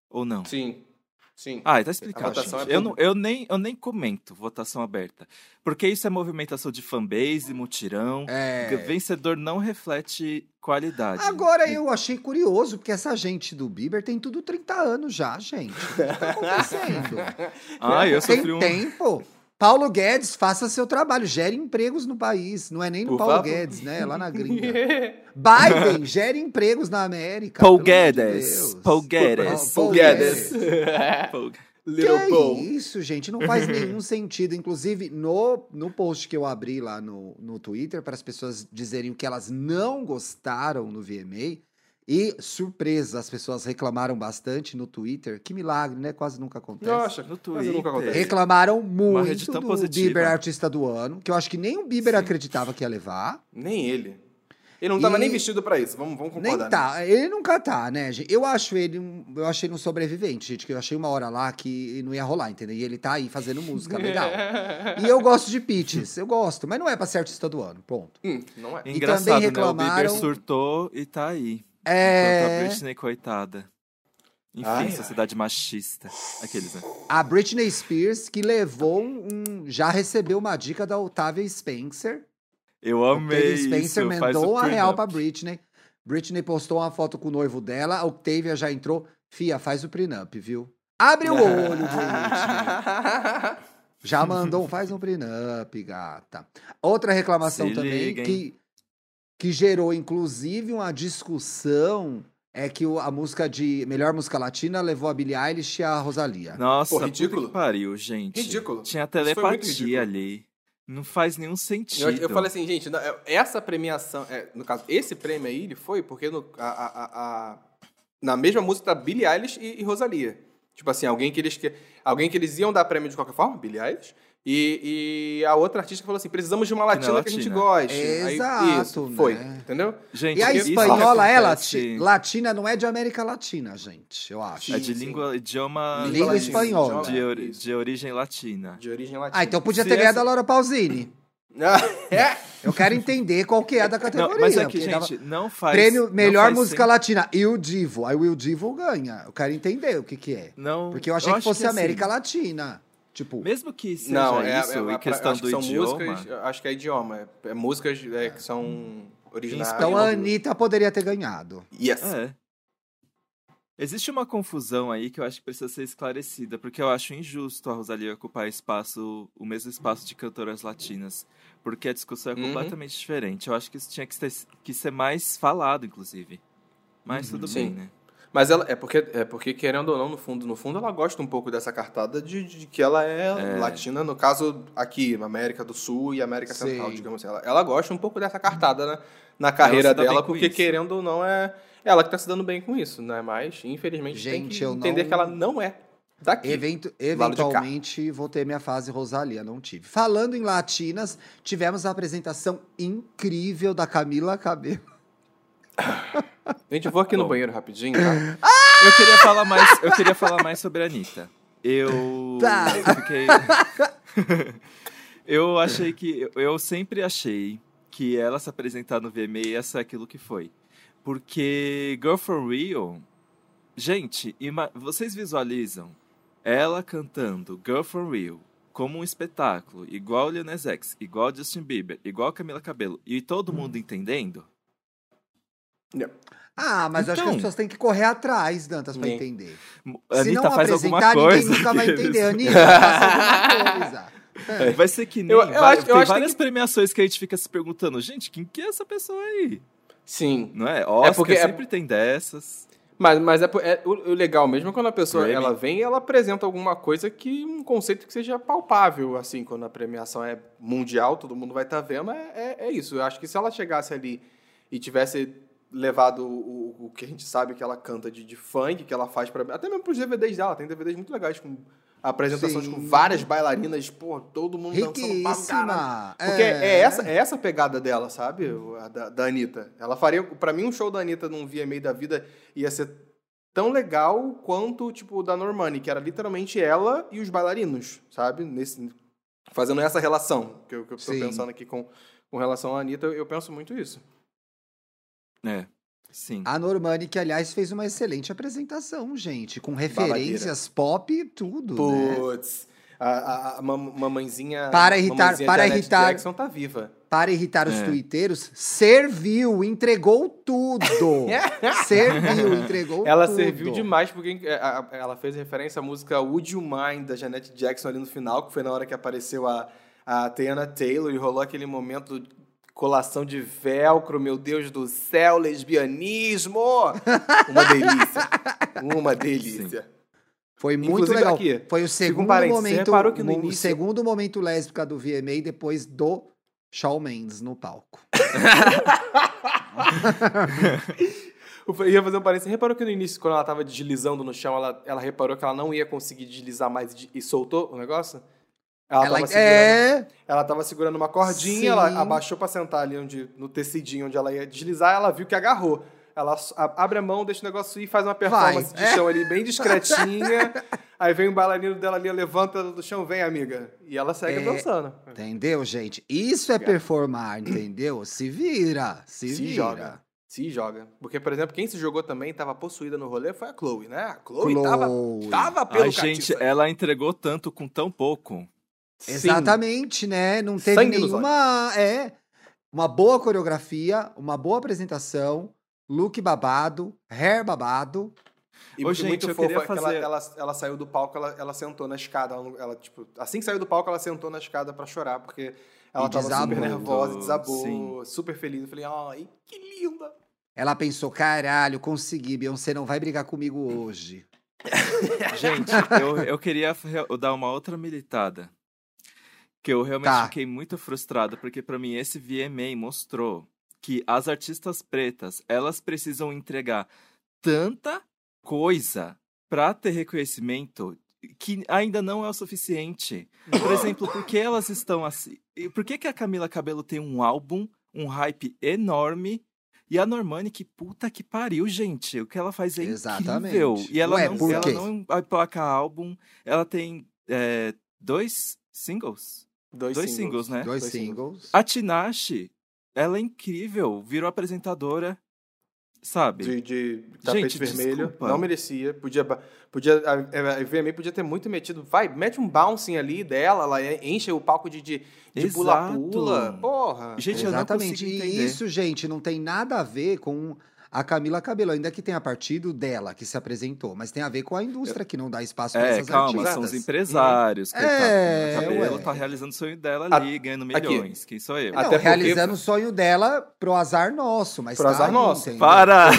[SPEAKER 1] Ou não?
[SPEAKER 3] Sim. Sim.
[SPEAKER 1] Ah, tá explicado.
[SPEAKER 3] A votação
[SPEAKER 1] gente. Eu nem comento votação aberta. Porque isso é movimentação de fanbase, mutirão. Vencedor não reflete qualidade.
[SPEAKER 2] Agora eu achei curioso, porque essa gente do Bieber tem tudo 30 anos já, gente. O que tá acontecendo?
[SPEAKER 1] Eu sofri
[SPEAKER 2] Tem tempo. Paulo Guedes, faça seu trabalho, gere empregos no país. Não é nem no Paulo Guedes, né? É lá na gringa. Biden, gere empregos na América.
[SPEAKER 1] Paul Guedes. Paul Guedes.
[SPEAKER 3] Paul Guedes.
[SPEAKER 2] Little Paul. Que isso, gente, não faz nenhum sentido. Inclusive, no post que eu abri lá no Twitter, para as pessoas dizerem o que elas não gostaram no VMA, e, surpresa, as pessoas reclamaram bastante no Twitter. Que milagre, né? Quase nunca acontece.
[SPEAKER 3] Nossa, no Twitter nunca acontece.
[SPEAKER 2] Reclamaram muito do
[SPEAKER 1] positiva.
[SPEAKER 2] Bieber Artista do Ano, que eu acho que nem o Bieber acreditava que ia levar.
[SPEAKER 3] Nem ele. Ele não tava nem vestido pra isso, vamos concordar.
[SPEAKER 2] Nem tá, né? Ele nunca tá, né, gente? Eu achei ele um sobrevivente, gente, que eu achei uma hora lá que não ia rolar, entendeu? E ele tá aí fazendo música legal. E eu gosto de Peaches, eu gosto, mas não é pra ser artista do ano, ponto.
[SPEAKER 3] Não é.
[SPEAKER 2] E
[SPEAKER 1] engraçado,
[SPEAKER 2] também
[SPEAKER 1] né?
[SPEAKER 2] reclamaram...
[SPEAKER 1] O Bieber surtou e tá aí. Enquanto a Britney, coitada. Enfim, sociedade machista. Aqueles, né?
[SPEAKER 2] A Britney Spears, que levou já recebeu uma dica da Octavia Spencer.
[SPEAKER 1] Eu amei isso.
[SPEAKER 2] Spencer mandou a real pra Britney. Britney postou uma foto com o noivo dela. A Octavia já entrou. Fia, faz o prenup, viu? Abre o olho, Britney. Já mandou, faz um prenup, gata. Outra reclamação também, que gerou, inclusive, uma discussão, é que a música de melhor música latina levou a Billie Eilish e a Rosalía.
[SPEAKER 1] Nossa,
[SPEAKER 3] ridículo.
[SPEAKER 1] Que pariu, gente.
[SPEAKER 3] Ridículo.
[SPEAKER 1] Tinha telepatia ali. Não faz nenhum sentido.
[SPEAKER 3] Eu falei assim, gente, essa premiação, no caso, esse prêmio aí, ele foi porque na mesma música tá Billie Eilish e Rosalía. Tipo assim, alguém que eles iam dar prêmio de qualquer forma, Billie Eilish, e a outra artista falou assim, precisamos de uma latina que a gente goste.
[SPEAKER 2] Exato,
[SPEAKER 3] aí, isso, foi,
[SPEAKER 2] né?
[SPEAKER 3] entendeu?
[SPEAKER 2] Gente, e a espanhola latina não é de América Latina, gente, eu acho.
[SPEAKER 1] É de língua
[SPEAKER 2] espanhola.
[SPEAKER 1] De origem latina.
[SPEAKER 3] De origem latina.
[SPEAKER 2] Então podia ter ganhado a Laura Pausini. Eu quero entender qual que é da categoria.
[SPEAKER 1] Não, mas é que, gente, não faz...
[SPEAKER 2] Prêmio Melhor Música Latina. E o Divo. Aí o Il Divo ganha. Eu quero entender o que é.
[SPEAKER 1] Não,
[SPEAKER 2] porque eu achei que fosse América Latina. Tipo...
[SPEAKER 1] Mesmo que seja isso, em questão do idioma...
[SPEAKER 3] Músicas, acho que é idioma. É músicas que são originais.
[SPEAKER 2] Então a Anitta poderia ter ganhado.
[SPEAKER 3] Yes.
[SPEAKER 1] Existe uma confusão aí que eu acho que precisa ser esclarecida, porque eu acho injusto a Rosalía ocupar o mesmo espaço de cantoras latinas, porque a discussão é completamente diferente. Eu acho que isso tinha que ser mais falado, inclusive. Mas tudo bem, né?
[SPEAKER 3] Mas ela porque, querendo ou não, no fundo ela gosta um pouco dessa cartada de que ela é latina, no caso aqui, América do Sul e América Central, digamos assim. Ela gosta um pouco dessa cartada na carreira dela, porque querendo ou não é ela que tá se dando bem com isso, né? Mas, infelizmente, tem que entender que ela não é daqui.
[SPEAKER 2] Eventualmente, vou ter minha fase Rosalía, não tive. Falando em latinas, tivemos a apresentação incrível da Camila Cabello.
[SPEAKER 3] Gente, eu vou aqui no banheiro rapidinho, tá?
[SPEAKER 1] Eu queria falar mais sobre a Anitta. Eu fiquei... Eu sempre achei que ela se apresentar no VMA ia ser aquilo que foi. Porque Girl From Rio... Gente, vocês visualizam ela cantando Girl From Rio como um espetáculo, igual Lil Nas X, igual Justin Bieber, igual Camila Cabello, e todo mundo entendendo?
[SPEAKER 2] Mas eu acho que as pessoas têm que correr atrás, Dantas, pra entender.
[SPEAKER 1] Se não
[SPEAKER 2] faz
[SPEAKER 1] apresentar, ninguém
[SPEAKER 2] nunca vai entender. Anitta, faça alguma coisa.
[SPEAKER 1] Vai ser que nem... Tem várias premiações que a gente fica se perguntando, gente, quem que é essa pessoa aí?
[SPEAKER 3] Sim.
[SPEAKER 1] Não é? Oscar sempre tem dessas.
[SPEAKER 3] Mas o legal mesmo é quando a pessoa ela vem e ela apresenta alguma coisa um conceito que seja palpável, assim, quando a premiação é mundial, todo mundo vai estar vendo, é isso. Eu acho que se ela chegasse ali e tivesse levado o que a gente sabe que ela canta de funk, que ela faz até mesmo pros DVDs dela, tem DVDs muito legais com a apresentação com várias bailarinas, todo mundo dançando pra caralho. Porque é essa a pegada dela, sabe? Da Anitta. Ela faria, pra mim, um show da Anitta num VMA da vida ia ser tão legal quanto, tipo, o da Normani, que era literalmente ela e os bailarinos, sabe? Fazendo essa relação, que eu tô pensando aqui com relação à Anitta, eu penso muito isso.
[SPEAKER 1] Sim.
[SPEAKER 2] A Normani, que aliás fez uma excelente apresentação, gente, com referências pop e tudo, né?
[SPEAKER 3] Putz, a mamãezinha
[SPEAKER 2] Para irritar,
[SPEAKER 3] Janet Jackson tá viva.
[SPEAKER 2] Para irritar os tuiteiros, serviu, entregou tudo. Serviu, entregou
[SPEAKER 3] Ela
[SPEAKER 2] tudo.
[SPEAKER 3] serviu demais, porque ela fez referência à música Would You Mind, da Janet Jackson ali no final, que foi na hora que apareceu a Teyana Taylor e rolou aquele momento de colação de velcro, meu Deus do céu, lesbianismo! Uma delícia. Uma delícia.
[SPEAKER 2] Sim. Foi muito
[SPEAKER 3] Inclusive,
[SPEAKER 2] legal.
[SPEAKER 3] Aqui,
[SPEAKER 2] foi o segundo segundo momento lésbica do VMA depois do Shawn Mendes no palco.
[SPEAKER 3] Eu ia fazer um parênteses. Você reparou que no início, quando ela tava deslizando no chão, ela reparou que ela não ia conseguir deslizar mais e soltou o negócio? Ela tava segurando uma cordinha,
[SPEAKER 2] Sim.
[SPEAKER 3] Ela abaixou pra sentar ali no tecidinho onde ela ia deslizar, ela viu que agarrou. Ela abre a mão, deixa o negócio ir, faz uma performance de chão ali bem discretinha. Aí vem o bailarino dela ali, levanta do chão, vem, amiga. E ela segue dançando.
[SPEAKER 2] Entendeu, gente? Isso é performar, entendeu? Se vira, se vira.
[SPEAKER 3] Se joga. Porque, por exemplo, quem se jogou também, tava possuída no rolê, foi a Chloe, né? A Chloe. Tava pelo
[SPEAKER 1] Ai, gente, ela entregou tanto com tão pouco.
[SPEAKER 2] Exatamente, né? Não teve nenhuma... uma boa coreografia, uma boa apresentação, look babado, hair babado.
[SPEAKER 3] E gente, muito fofa, ela saiu do palco, ela sentou na escada. Ela, tipo, assim que saiu do palco, ela sentou na escada pra chorar, porque ela tava super nervosa, desabou, super feliz. Eu falei, ai, que linda!
[SPEAKER 2] Ela pensou, caralho, consegui, Beyoncé não vai brigar comigo hoje.
[SPEAKER 1] Gente, eu queria dar uma outra militada. Que eu realmente fiquei muito frustrado, porque pra mim esse VMA mostrou que as artistas pretas, elas precisam entregar tanta coisa pra ter reconhecimento que ainda não é o suficiente. Por exemplo, por que elas estão assim? Por que a Camila Cabello tem um álbum, um hype enorme, e a Normani, que puta que pariu, gente. O que ela faz é incrível. E ela não placa álbum, ela tem 2 singles. Dois singles, né?
[SPEAKER 2] 2 singles.
[SPEAKER 1] A Tinashe, ela é incrível. Virou apresentadora, sabe?
[SPEAKER 3] De tapete vermelho.
[SPEAKER 1] Desculpa.
[SPEAKER 3] Não merecia. A VMA podia ter muito metido. Mete um bouncing ali dela, ela enche o palco de pula-pula. Porra.
[SPEAKER 2] Gente, eu não consigo entender. E isso, gente, não tem nada a ver com a Camila Cabello, ainda que tenha partido dela, que se apresentou, mas tem a ver com a indústria que não dá espaço para essas artistas.
[SPEAKER 1] São os empresários. A Cabello tá realizando o sonho dela ali, ganhando milhões. Quem sou eu?
[SPEAKER 2] Não, realizando o sonho dela pro azar nosso, mas
[SPEAKER 3] pro azar nosso.
[SPEAKER 2] Entendeu?
[SPEAKER 1] Para!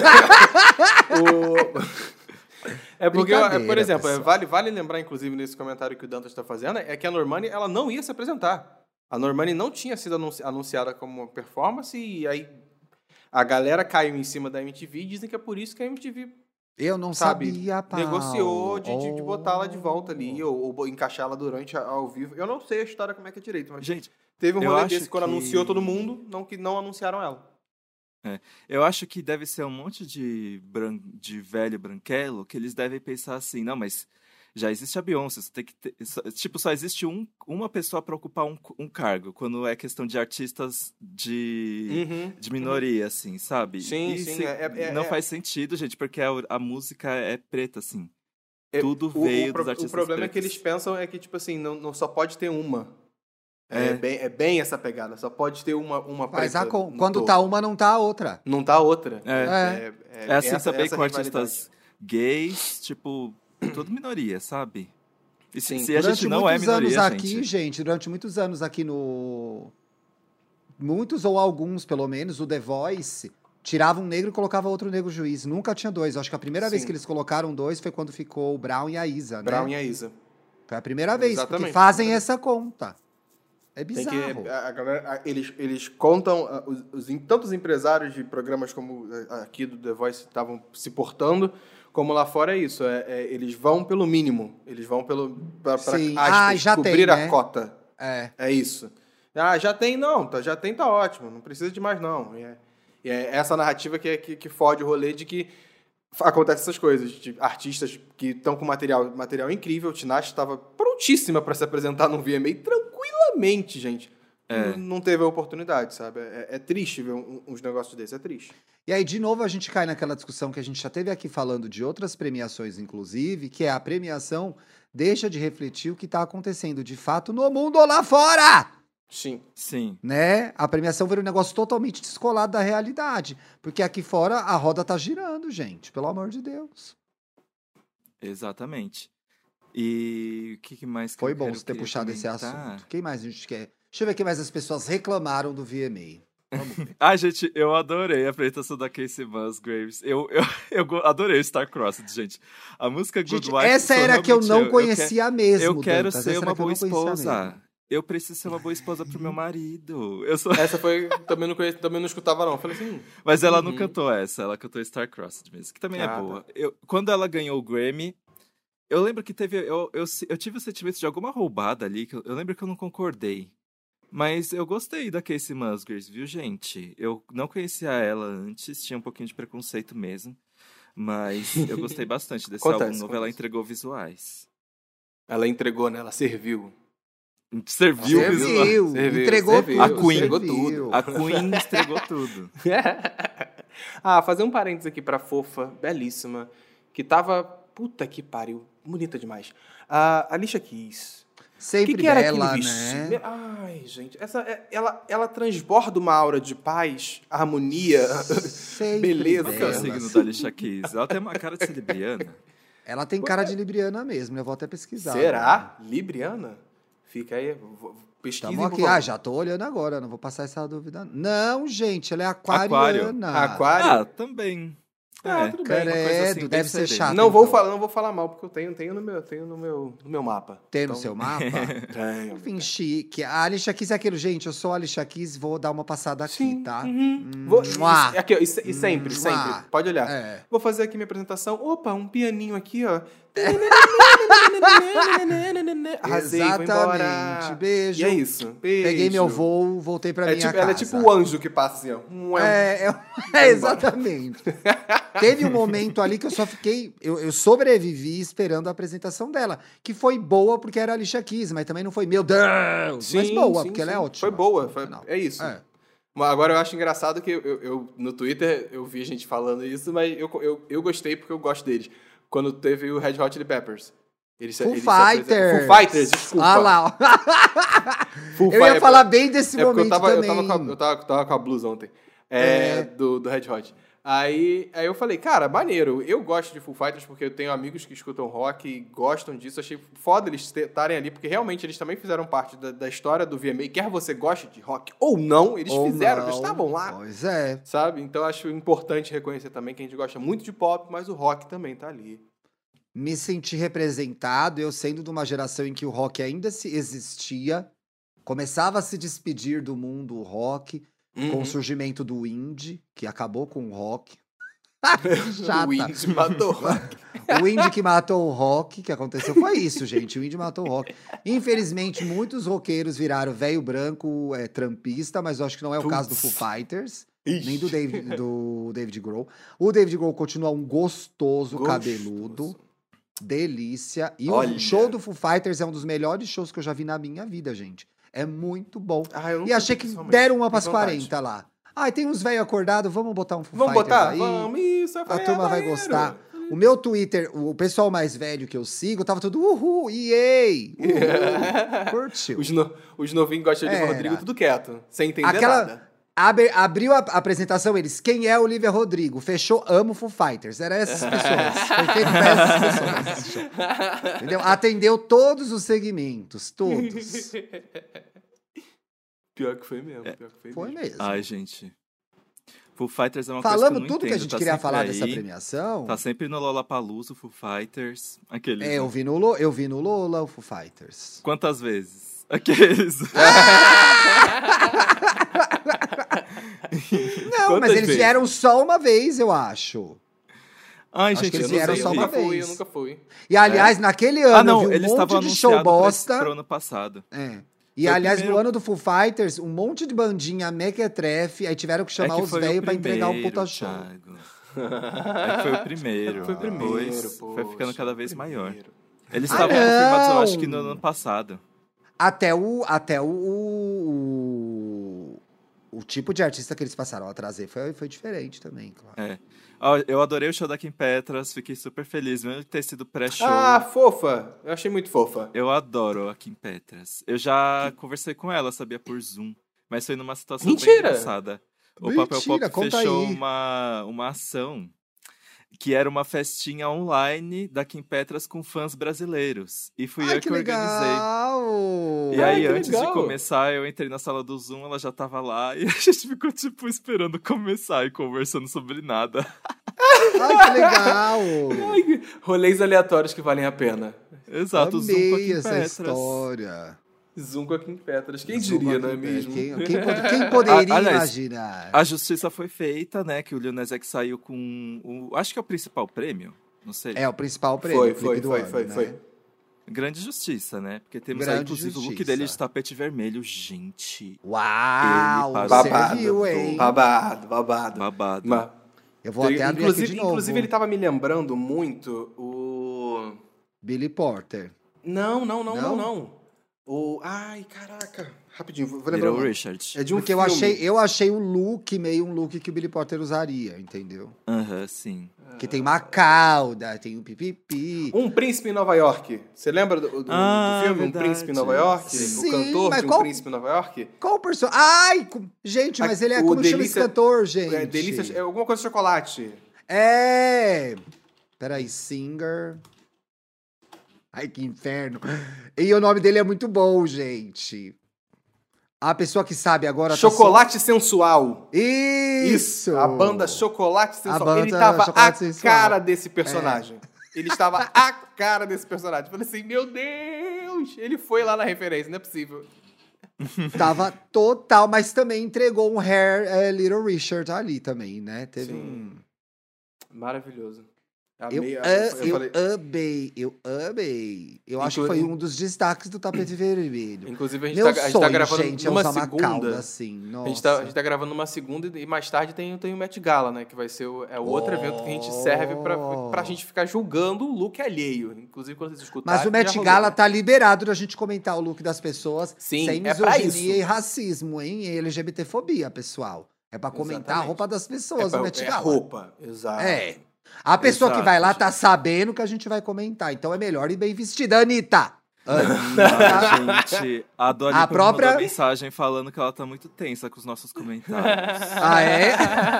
[SPEAKER 3] É porque, por exemplo, vale lembrar, inclusive, nesse comentário que o Dantas está fazendo, é que a Normani, ela não ia se apresentar. A Normani não tinha sido anunciada como uma performance, e aí a galera caiu em cima da MTV e dizem que é por isso que a MTV
[SPEAKER 2] eu não sabia, Paulo.
[SPEAKER 3] Negociou de botá-la de volta ali, ou encaixá-la durante ao vivo. Eu não sei a história como é que é direito, mas
[SPEAKER 1] gente,
[SPEAKER 3] teve um rolê desse quando anunciou todo mundo, não anunciaram ela.
[SPEAKER 1] Eu acho que deve ser um monte de velho branquelo que eles devem pensar assim, não, mas já existe a Beyoncé, você tem que ter, só existe uma pessoa para ocupar um cargo, quando é questão de artistas de minoria, assim, sabe?
[SPEAKER 3] Sim,
[SPEAKER 1] não faz sentido, gente, porque a música é preta, assim. Tudo veio dos artistas pretos.
[SPEAKER 3] O problema é que eles pensam que, tipo assim, não só pode ter uma. É bem essa pegada, só pode ter uma
[SPEAKER 2] mas
[SPEAKER 3] preta.
[SPEAKER 2] Quando tá uma, não tá a outra.
[SPEAKER 3] Não tá a outra.
[SPEAKER 1] É assim também com artistas gays, tipo... Tudo minoria, sabe? E se a gente não é minoria,
[SPEAKER 2] durante muitos anos aqui no... Muitos ou alguns, pelo menos, o The Voice tirava um negro e colocava outro negro juiz. Nunca tinha dois. Acho que a primeira vez que eles colocaram dois foi quando ficou o Brown e a Isa, né?
[SPEAKER 3] Brown e a Isa.
[SPEAKER 2] Foi a primeira vez, porque fazem essa conta. É bizarro.
[SPEAKER 3] A galera, eles contam, tantos empresários de programas como aqui do The Voice estavam se portando, como lá fora é isso. Eles vão pelo mínimo. Eles vão para cobrir a cota. É isso. Já tem, não. Já tem, tá ótimo. Não precisa de mais, não. E é essa narrativa que fode o rolê de que acontece essas coisas. De artistas que estão com material incrível. Tinashe estava prontíssima para se apresentar num VMA tranquilamente, gente. não teve a oportunidade, sabe? É triste ver uns negócios desses, é triste.
[SPEAKER 2] E aí, de novo, a gente cai naquela discussão que a gente já teve aqui falando de outras premiações, inclusive, que é a premiação deixa de refletir o que está acontecendo de fato no mundo lá fora!
[SPEAKER 3] Sim.
[SPEAKER 2] Né? A premiação vira um negócio totalmente descolado da realidade. Porque aqui fora a roda tá girando, gente. Pelo amor de Deus.
[SPEAKER 1] Exatamente. E o que mais que
[SPEAKER 2] Foi
[SPEAKER 1] eu
[SPEAKER 2] bom
[SPEAKER 1] quero
[SPEAKER 2] você ter puxado esse
[SPEAKER 1] comentar?
[SPEAKER 2] assunto. Quem mais a gente quer? Deixa eu ver quem mais as pessoas reclamaram do VMA. Vamos ver.
[SPEAKER 1] Gente, eu adorei a apresentação da Casey Musgraves. Eu adorei o Star-Crossed, gente. A música Good
[SPEAKER 2] Gente,
[SPEAKER 1] Wife...
[SPEAKER 2] essa era a que eu não conhecia mesmo,
[SPEAKER 1] Eu quero
[SPEAKER 2] Dantas.
[SPEAKER 1] ser
[SPEAKER 2] Essa era
[SPEAKER 1] uma
[SPEAKER 2] a que eu
[SPEAKER 1] boa
[SPEAKER 2] não conhecia
[SPEAKER 1] esposa.
[SPEAKER 2] mesmo.
[SPEAKER 1] Eu preciso ser uma boa esposa pro meu marido.
[SPEAKER 3] Essa foi... também não conheço, também não escutava, não. Falei assim...
[SPEAKER 1] Mas ela não cantou essa. Ela cantou Star-Crossed mesmo, que também é
[SPEAKER 3] Tá.
[SPEAKER 1] boa. Quando ela ganhou o Grammy... Eu lembro que teve... Eu tive o sentimento de alguma roubada ali. Que eu lembro que eu não concordei. Mas eu gostei da Casey Musgraves, viu, gente? Eu não conhecia ela antes, tinha um pouquinho de preconceito mesmo. Mas eu gostei bastante desse álbum novo, ela entregou visuais.
[SPEAKER 3] Ela entregou, né? Ela serviu.
[SPEAKER 1] Serviu o visual.
[SPEAKER 2] Entregou tudo.
[SPEAKER 1] A Queen.
[SPEAKER 3] Entregou tudo.
[SPEAKER 1] A Queen entregou tudo.
[SPEAKER 3] Fazer um parênteses aqui pra fofa, belíssima, que tava... Puta que pariu, bonita demais. A Alicia Keys.
[SPEAKER 2] Sempre
[SPEAKER 3] que era
[SPEAKER 2] bela,
[SPEAKER 3] aquele
[SPEAKER 2] né?
[SPEAKER 3] vestido? Ai, gente, ela transborda uma aura de paz, harmonia,
[SPEAKER 2] Sempre
[SPEAKER 3] beleza.
[SPEAKER 1] Qual que é o
[SPEAKER 2] bela.
[SPEAKER 1] signo da Alicia Keys? Ela tem uma cara de ser libriana.
[SPEAKER 2] Ela tem cara de libriana mesmo, né? Eu vou até pesquisar.
[SPEAKER 3] Será? Libriana? Fica aí, pesquisa.
[SPEAKER 2] Tamo aqui. Já tô olhando agora, não vou passar essa dúvida. Não, gente, ela é aquariana.
[SPEAKER 3] Aquário?
[SPEAKER 1] Também.
[SPEAKER 3] Tudo bem.
[SPEAKER 2] Credo,
[SPEAKER 1] uma coisa assim,
[SPEAKER 2] deve ser
[SPEAKER 1] bem
[SPEAKER 2] chato.
[SPEAKER 3] Não
[SPEAKER 2] então.
[SPEAKER 3] vou falar mal, porque eu tenho no meu mapa.
[SPEAKER 2] Tem
[SPEAKER 3] Então,
[SPEAKER 2] no seu mapa?
[SPEAKER 3] Tenho.
[SPEAKER 2] Enfim, chique. A Alicia Keys é aquilo, gente. Eu sou a Alicia Keys, vou dar uma passada aqui,
[SPEAKER 3] Sim.
[SPEAKER 2] tá?
[SPEAKER 3] Aqui, ó, e sempre. Pode olhar.
[SPEAKER 2] É.
[SPEAKER 3] Vou fazer aqui minha apresentação. Opa, um pianinho aqui, ó. Arrasei, vou embora.
[SPEAKER 2] Exatamente. Beijo.
[SPEAKER 3] E é isso. Beijo.
[SPEAKER 2] Peguei meu voo, voltei pra minha casa.
[SPEAKER 3] Ela é tipo o anjo que passa assim, ó.
[SPEAKER 2] Exatamente. Teve um momento ali que eu só fiquei... Eu sobrevivi esperando a apresentação dela. Que foi boa porque era a Alicia Keys, mas também não foi, meu Deus! Mas boa, porque ela é ótima.
[SPEAKER 3] Foi boa.
[SPEAKER 2] no final.
[SPEAKER 3] É isso.
[SPEAKER 2] É.
[SPEAKER 3] Mas agora eu acho engraçado que eu no Twitter eu vi gente falando isso, mas eu gostei porque eu gosto deles. Quando teve o Red Hot Chili Peppers.
[SPEAKER 2] Full Fighters,
[SPEAKER 3] desculpa.
[SPEAKER 2] Ah lá, ó.
[SPEAKER 3] Full
[SPEAKER 2] Eu ia
[SPEAKER 3] Fighters.
[SPEAKER 2] falar bem desse
[SPEAKER 3] É porque
[SPEAKER 2] momento também.
[SPEAKER 3] eu tava com a blusa ontem. Do Red Hot. Aí eu falei, cara, maneiro. Eu gosto de Full Fighters porque eu tenho amigos que escutam rock e gostam disso. Achei foda eles estarem ali, porque realmente eles também fizeram parte da história do VMA. Quer você goste de rock ou não, eles fizeram, eles estavam lá.
[SPEAKER 2] Pois é.
[SPEAKER 3] Sabe? Então acho importante reconhecer também que a gente gosta muito de pop, mas o rock também tá ali.
[SPEAKER 2] Me senti representado, eu sendo de uma geração em que o rock ainda existia, começava a se despedir do mundo o rock, com o surgimento do indie, que acabou com o rock. Chata.
[SPEAKER 3] O indie matou o rock.
[SPEAKER 2] O indie que matou o rock, que aconteceu foi isso, gente. O indie matou o rock. Infelizmente, muitos roqueiros viraram velho branco trampista, mas eu acho que não é o caso do Foo Fighters. Nem do David Grohl. O David Grohl continua um gostoso. Cabeludo. Delícia. E
[SPEAKER 3] Olha.
[SPEAKER 2] o show do Foo Fighters é um dos melhores shows que eu já vi na minha vida, gente. É muito bom. E achei que deram uma pras 40 lá. Tem uns velhos acordados, vamos botar um Foo Fighters aí.
[SPEAKER 3] Vamos, isso.
[SPEAKER 2] A turma vai gostar. O meu Twitter, o pessoal mais velho que eu sigo, tava tudo uhul, yay, uhul. Curtiu.
[SPEAKER 3] Os novinhos gostam de Rodrigo tudo quieto, sem entender nada.
[SPEAKER 2] Abriu a apresentação, eles, quem é Olivia Rodrigo? Fechou, amo Foo Fighters. Era essas pessoas. Foi feito pra essas pessoas. Entendeu? Atendeu todos os segmentos, todos.
[SPEAKER 3] Pior que foi mesmo.
[SPEAKER 2] Foi mesmo.
[SPEAKER 1] Ai, gente. Foo Fighters é uma coisa que eu
[SPEAKER 2] Falamos
[SPEAKER 1] não
[SPEAKER 2] tudo
[SPEAKER 1] entendo.
[SPEAKER 2] que a gente queria falar dessa premiação.
[SPEAKER 1] Tá sempre no Lollapalooza, o Foo Fighters. Aqueles, né?
[SPEAKER 2] Eu vi no Lola, o Foo Fighters.
[SPEAKER 1] Quantas vezes? Aqueles.
[SPEAKER 2] Não, mas eles vieram só uma vez, eu acho.
[SPEAKER 1] Ai,
[SPEAKER 2] Acho
[SPEAKER 1] gente,
[SPEAKER 2] que eles
[SPEAKER 1] eu não
[SPEAKER 2] vieram
[SPEAKER 1] sei.
[SPEAKER 2] só uma vez.
[SPEAKER 3] Eu nunca fui.
[SPEAKER 2] E, aliás, naquele ano, eu vi um
[SPEAKER 1] eles estavam
[SPEAKER 2] monte de show
[SPEAKER 1] anunciados
[SPEAKER 2] bosta.
[SPEAKER 1] pro ano passado.
[SPEAKER 2] E,
[SPEAKER 1] Foi o
[SPEAKER 2] aliás,
[SPEAKER 1] primeiro-
[SPEAKER 2] no ano do Foo Fighters, um monte de bandinha mequetrefe, aí tiveram que chamar
[SPEAKER 1] que
[SPEAKER 2] os
[SPEAKER 1] foi o
[SPEAKER 2] velhos pra entregar um
[SPEAKER 1] primeiro,
[SPEAKER 2] puta show.
[SPEAKER 1] Thiago. É que foi o primeiro.
[SPEAKER 3] Foi o primeiro,
[SPEAKER 1] Depois foi ficando cada vez maior. Eles
[SPEAKER 2] Ah,
[SPEAKER 1] estavam
[SPEAKER 2] não!
[SPEAKER 1] confirmados, eu acho que no ano passado.
[SPEAKER 2] Até o tipo de artista que eles passaram a trazer foi diferente também, claro.
[SPEAKER 1] Eu adorei o show da Kim Petras, fiquei super feliz, mesmo ter sido pré-show.
[SPEAKER 3] Ah, fofa! Eu achei muito fofa.
[SPEAKER 1] Eu adoro a Kim Petras. Eu já conversei com ela, sabia, por Zoom. Mas foi numa situação bem engraçada. O Papel Pop fechou uma ação que era uma festinha online da Kim Petras com fãs brasileiros. E fui eu que organizei. E aí, antes de começar, eu entrei na sala do Zoom, ela já tava lá, e a gente ficou, tipo, esperando começar e conversando sobre nada.
[SPEAKER 2] Ai, que legal!
[SPEAKER 3] Rolês aleatórios que valem a pena.
[SPEAKER 1] Exato,
[SPEAKER 2] Amei
[SPEAKER 1] Zoom com a Kim
[SPEAKER 2] essa
[SPEAKER 1] Petras.
[SPEAKER 2] História.
[SPEAKER 3] Zoom com a Kim Petras. Quem diria, não é mesmo?
[SPEAKER 2] Quem poderia imaginar?
[SPEAKER 1] A justiça foi feita, né? Que o Lil Nas X saiu com acho que é o principal prêmio. Não sei.
[SPEAKER 2] É, o principal prêmio.
[SPEAKER 3] Foi.
[SPEAKER 1] Grande justiça, né? Porque temos
[SPEAKER 2] Grande
[SPEAKER 1] aí, inclusive,
[SPEAKER 2] justiça.
[SPEAKER 1] O look dele de tapete vermelho. Gente.
[SPEAKER 2] Uau!
[SPEAKER 3] Babado,
[SPEAKER 2] você viu, hein?
[SPEAKER 3] Babado.
[SPEAKER 2] Eu vou até abrir aqui de novo.
[SPEAKER 3] Inclusive, ele tava me lembrando muito o...
[SPEAKER 2] Billy Porter.
[SPEAKER 3] Não. Ai, caraca. Rapidinho, vou lembrar.
[SPEAKER 1] Little Richard.
[SPEAKER 3] É de um
[SPEAKER 2] Porque
[SPEAKER 3] filme.
[SPEAKER 2] eu achei o look meio um look que o Billy Porter usaria, entendeu?
[SPEAKER 1] Sim.
[SPEAKER 2] Que tem uma cauda, tem um pipipi.
[SPEAKER 3] Um Príncipe em Nova York. Você lembra do filme
[SPEAKER 1] verdade.
[SPEAKER 3] Um Príncipe em Nova York?
[SPEAKER 2] Sim,
[SPEAKER 3] o cantor
[SPEAKER 2] mas
[SPEAKER 3] de
[SPEAKER 2] qual-
[SPEAKER 3] Um Príncipe em Nova York?
[SPEAKER 2] Qual o personagem? Ai, gente, mas ele é...
[SPEAKER 3] O
[SPEAKER 2] Como chama esse
[SPEAKER 3] Delícia-
[SPEAKER 2] cantor, gente?
[SPEAKER 3] É, Delícias, é alguma coisa de chocolate.
[SPEAKER 2] É... Peraí, Singer... Ai, que inferno. E o nome dele é muito bom, gente. A pessoa que sabe agora...
[SPEAKER 3] Chocolate Sensual.
[SPEAKER 2] Isso!
[SPEAKER 3] A banda Chocolate Sensual.
[SPEAKER 2] banda
[SPEAKER 3] Ele tava
[SPEAKER 2] Chocolate
[SPEAKER 3] a
[SPEAKER 2] Sensual.
[SPEAKER 3] cara desse personagem. Ele estava a cara desse personagem. Falei assim, meu Deus! Ele foi lá na referência, não é possível.
[SPEAKER 2] Tava total, mas também entregou um hair Little Richard ali também, né? Teve
[SPEAKER 3] Sim.
[SPEAKER 2] Eu
[SPEAKER 3] Maravilhoso.
[SPEAKER 2] amei. Eu acho que foi um dos destaques do tapete vermelho.
[SPEAKER 3] Inclusive, a gente
[SPEAKER 2] Meu
[SPEAKER 3] tá
[SPEAKER 2] sonho,
[SPEAKER 3] gravando
[SPEAKER 2] gente, é
[SPEAKER 3] numa
[SPEAKER 2] usar uma
[SPEAKER 3] segunda.
[SPEAKER 2] cauda assim.
[SPEAKER 3] A gente,
[SPEAKER 2] Nossa.
[SPEAKER 3] tá gravando numa segunda e mais tarde tem o Met Gala, né? Que vai ser o outro evento que a gente serve pra gente ficar julgando o look alheio. Inclusive, quando vocês escutarem.
[SPEAKER 2] Mas o Met Gala tá liberado da gente comentar o look das pessoas
[SPEAKER 3] Sim,
[SPEAKER 2] sem
[SPEAKER 3] é pra
[SPEAKER 2] misoginia
[SPEAKER 3] isso.
[SPEAKER 2] e racismo, hein? E LGBTfobia, pessoal. É pra comentar
[SPEAKER 3] Exatamente.
[SPEAKER 2] a roupa das pessoas no Met
[SPEAKER 3] É
[SPEAKER 2] Gala.
[SPEAKER 3] a roupa, exato.
[SPEAKER 2] É. A pessoa que
[SPEAKER 1] Exato,
[SPEAKER 2] vai lá
[SPEAKER 1] gente.
[SPEAKER 2] tá sabendo que a gente vai comentar. Então é melhor ir bem vestida, Anitta.
[SPEAKER 1] Gente, a Dua
[SPEAKER 2] A
[SPEAKER 1] Lipa
[SPEAKER 2] própria-
[SPEAKER 1] mandou mensagem falando que ela tá muito tensa com os nossos comentários.
[SPEAKER 2] Ah, é?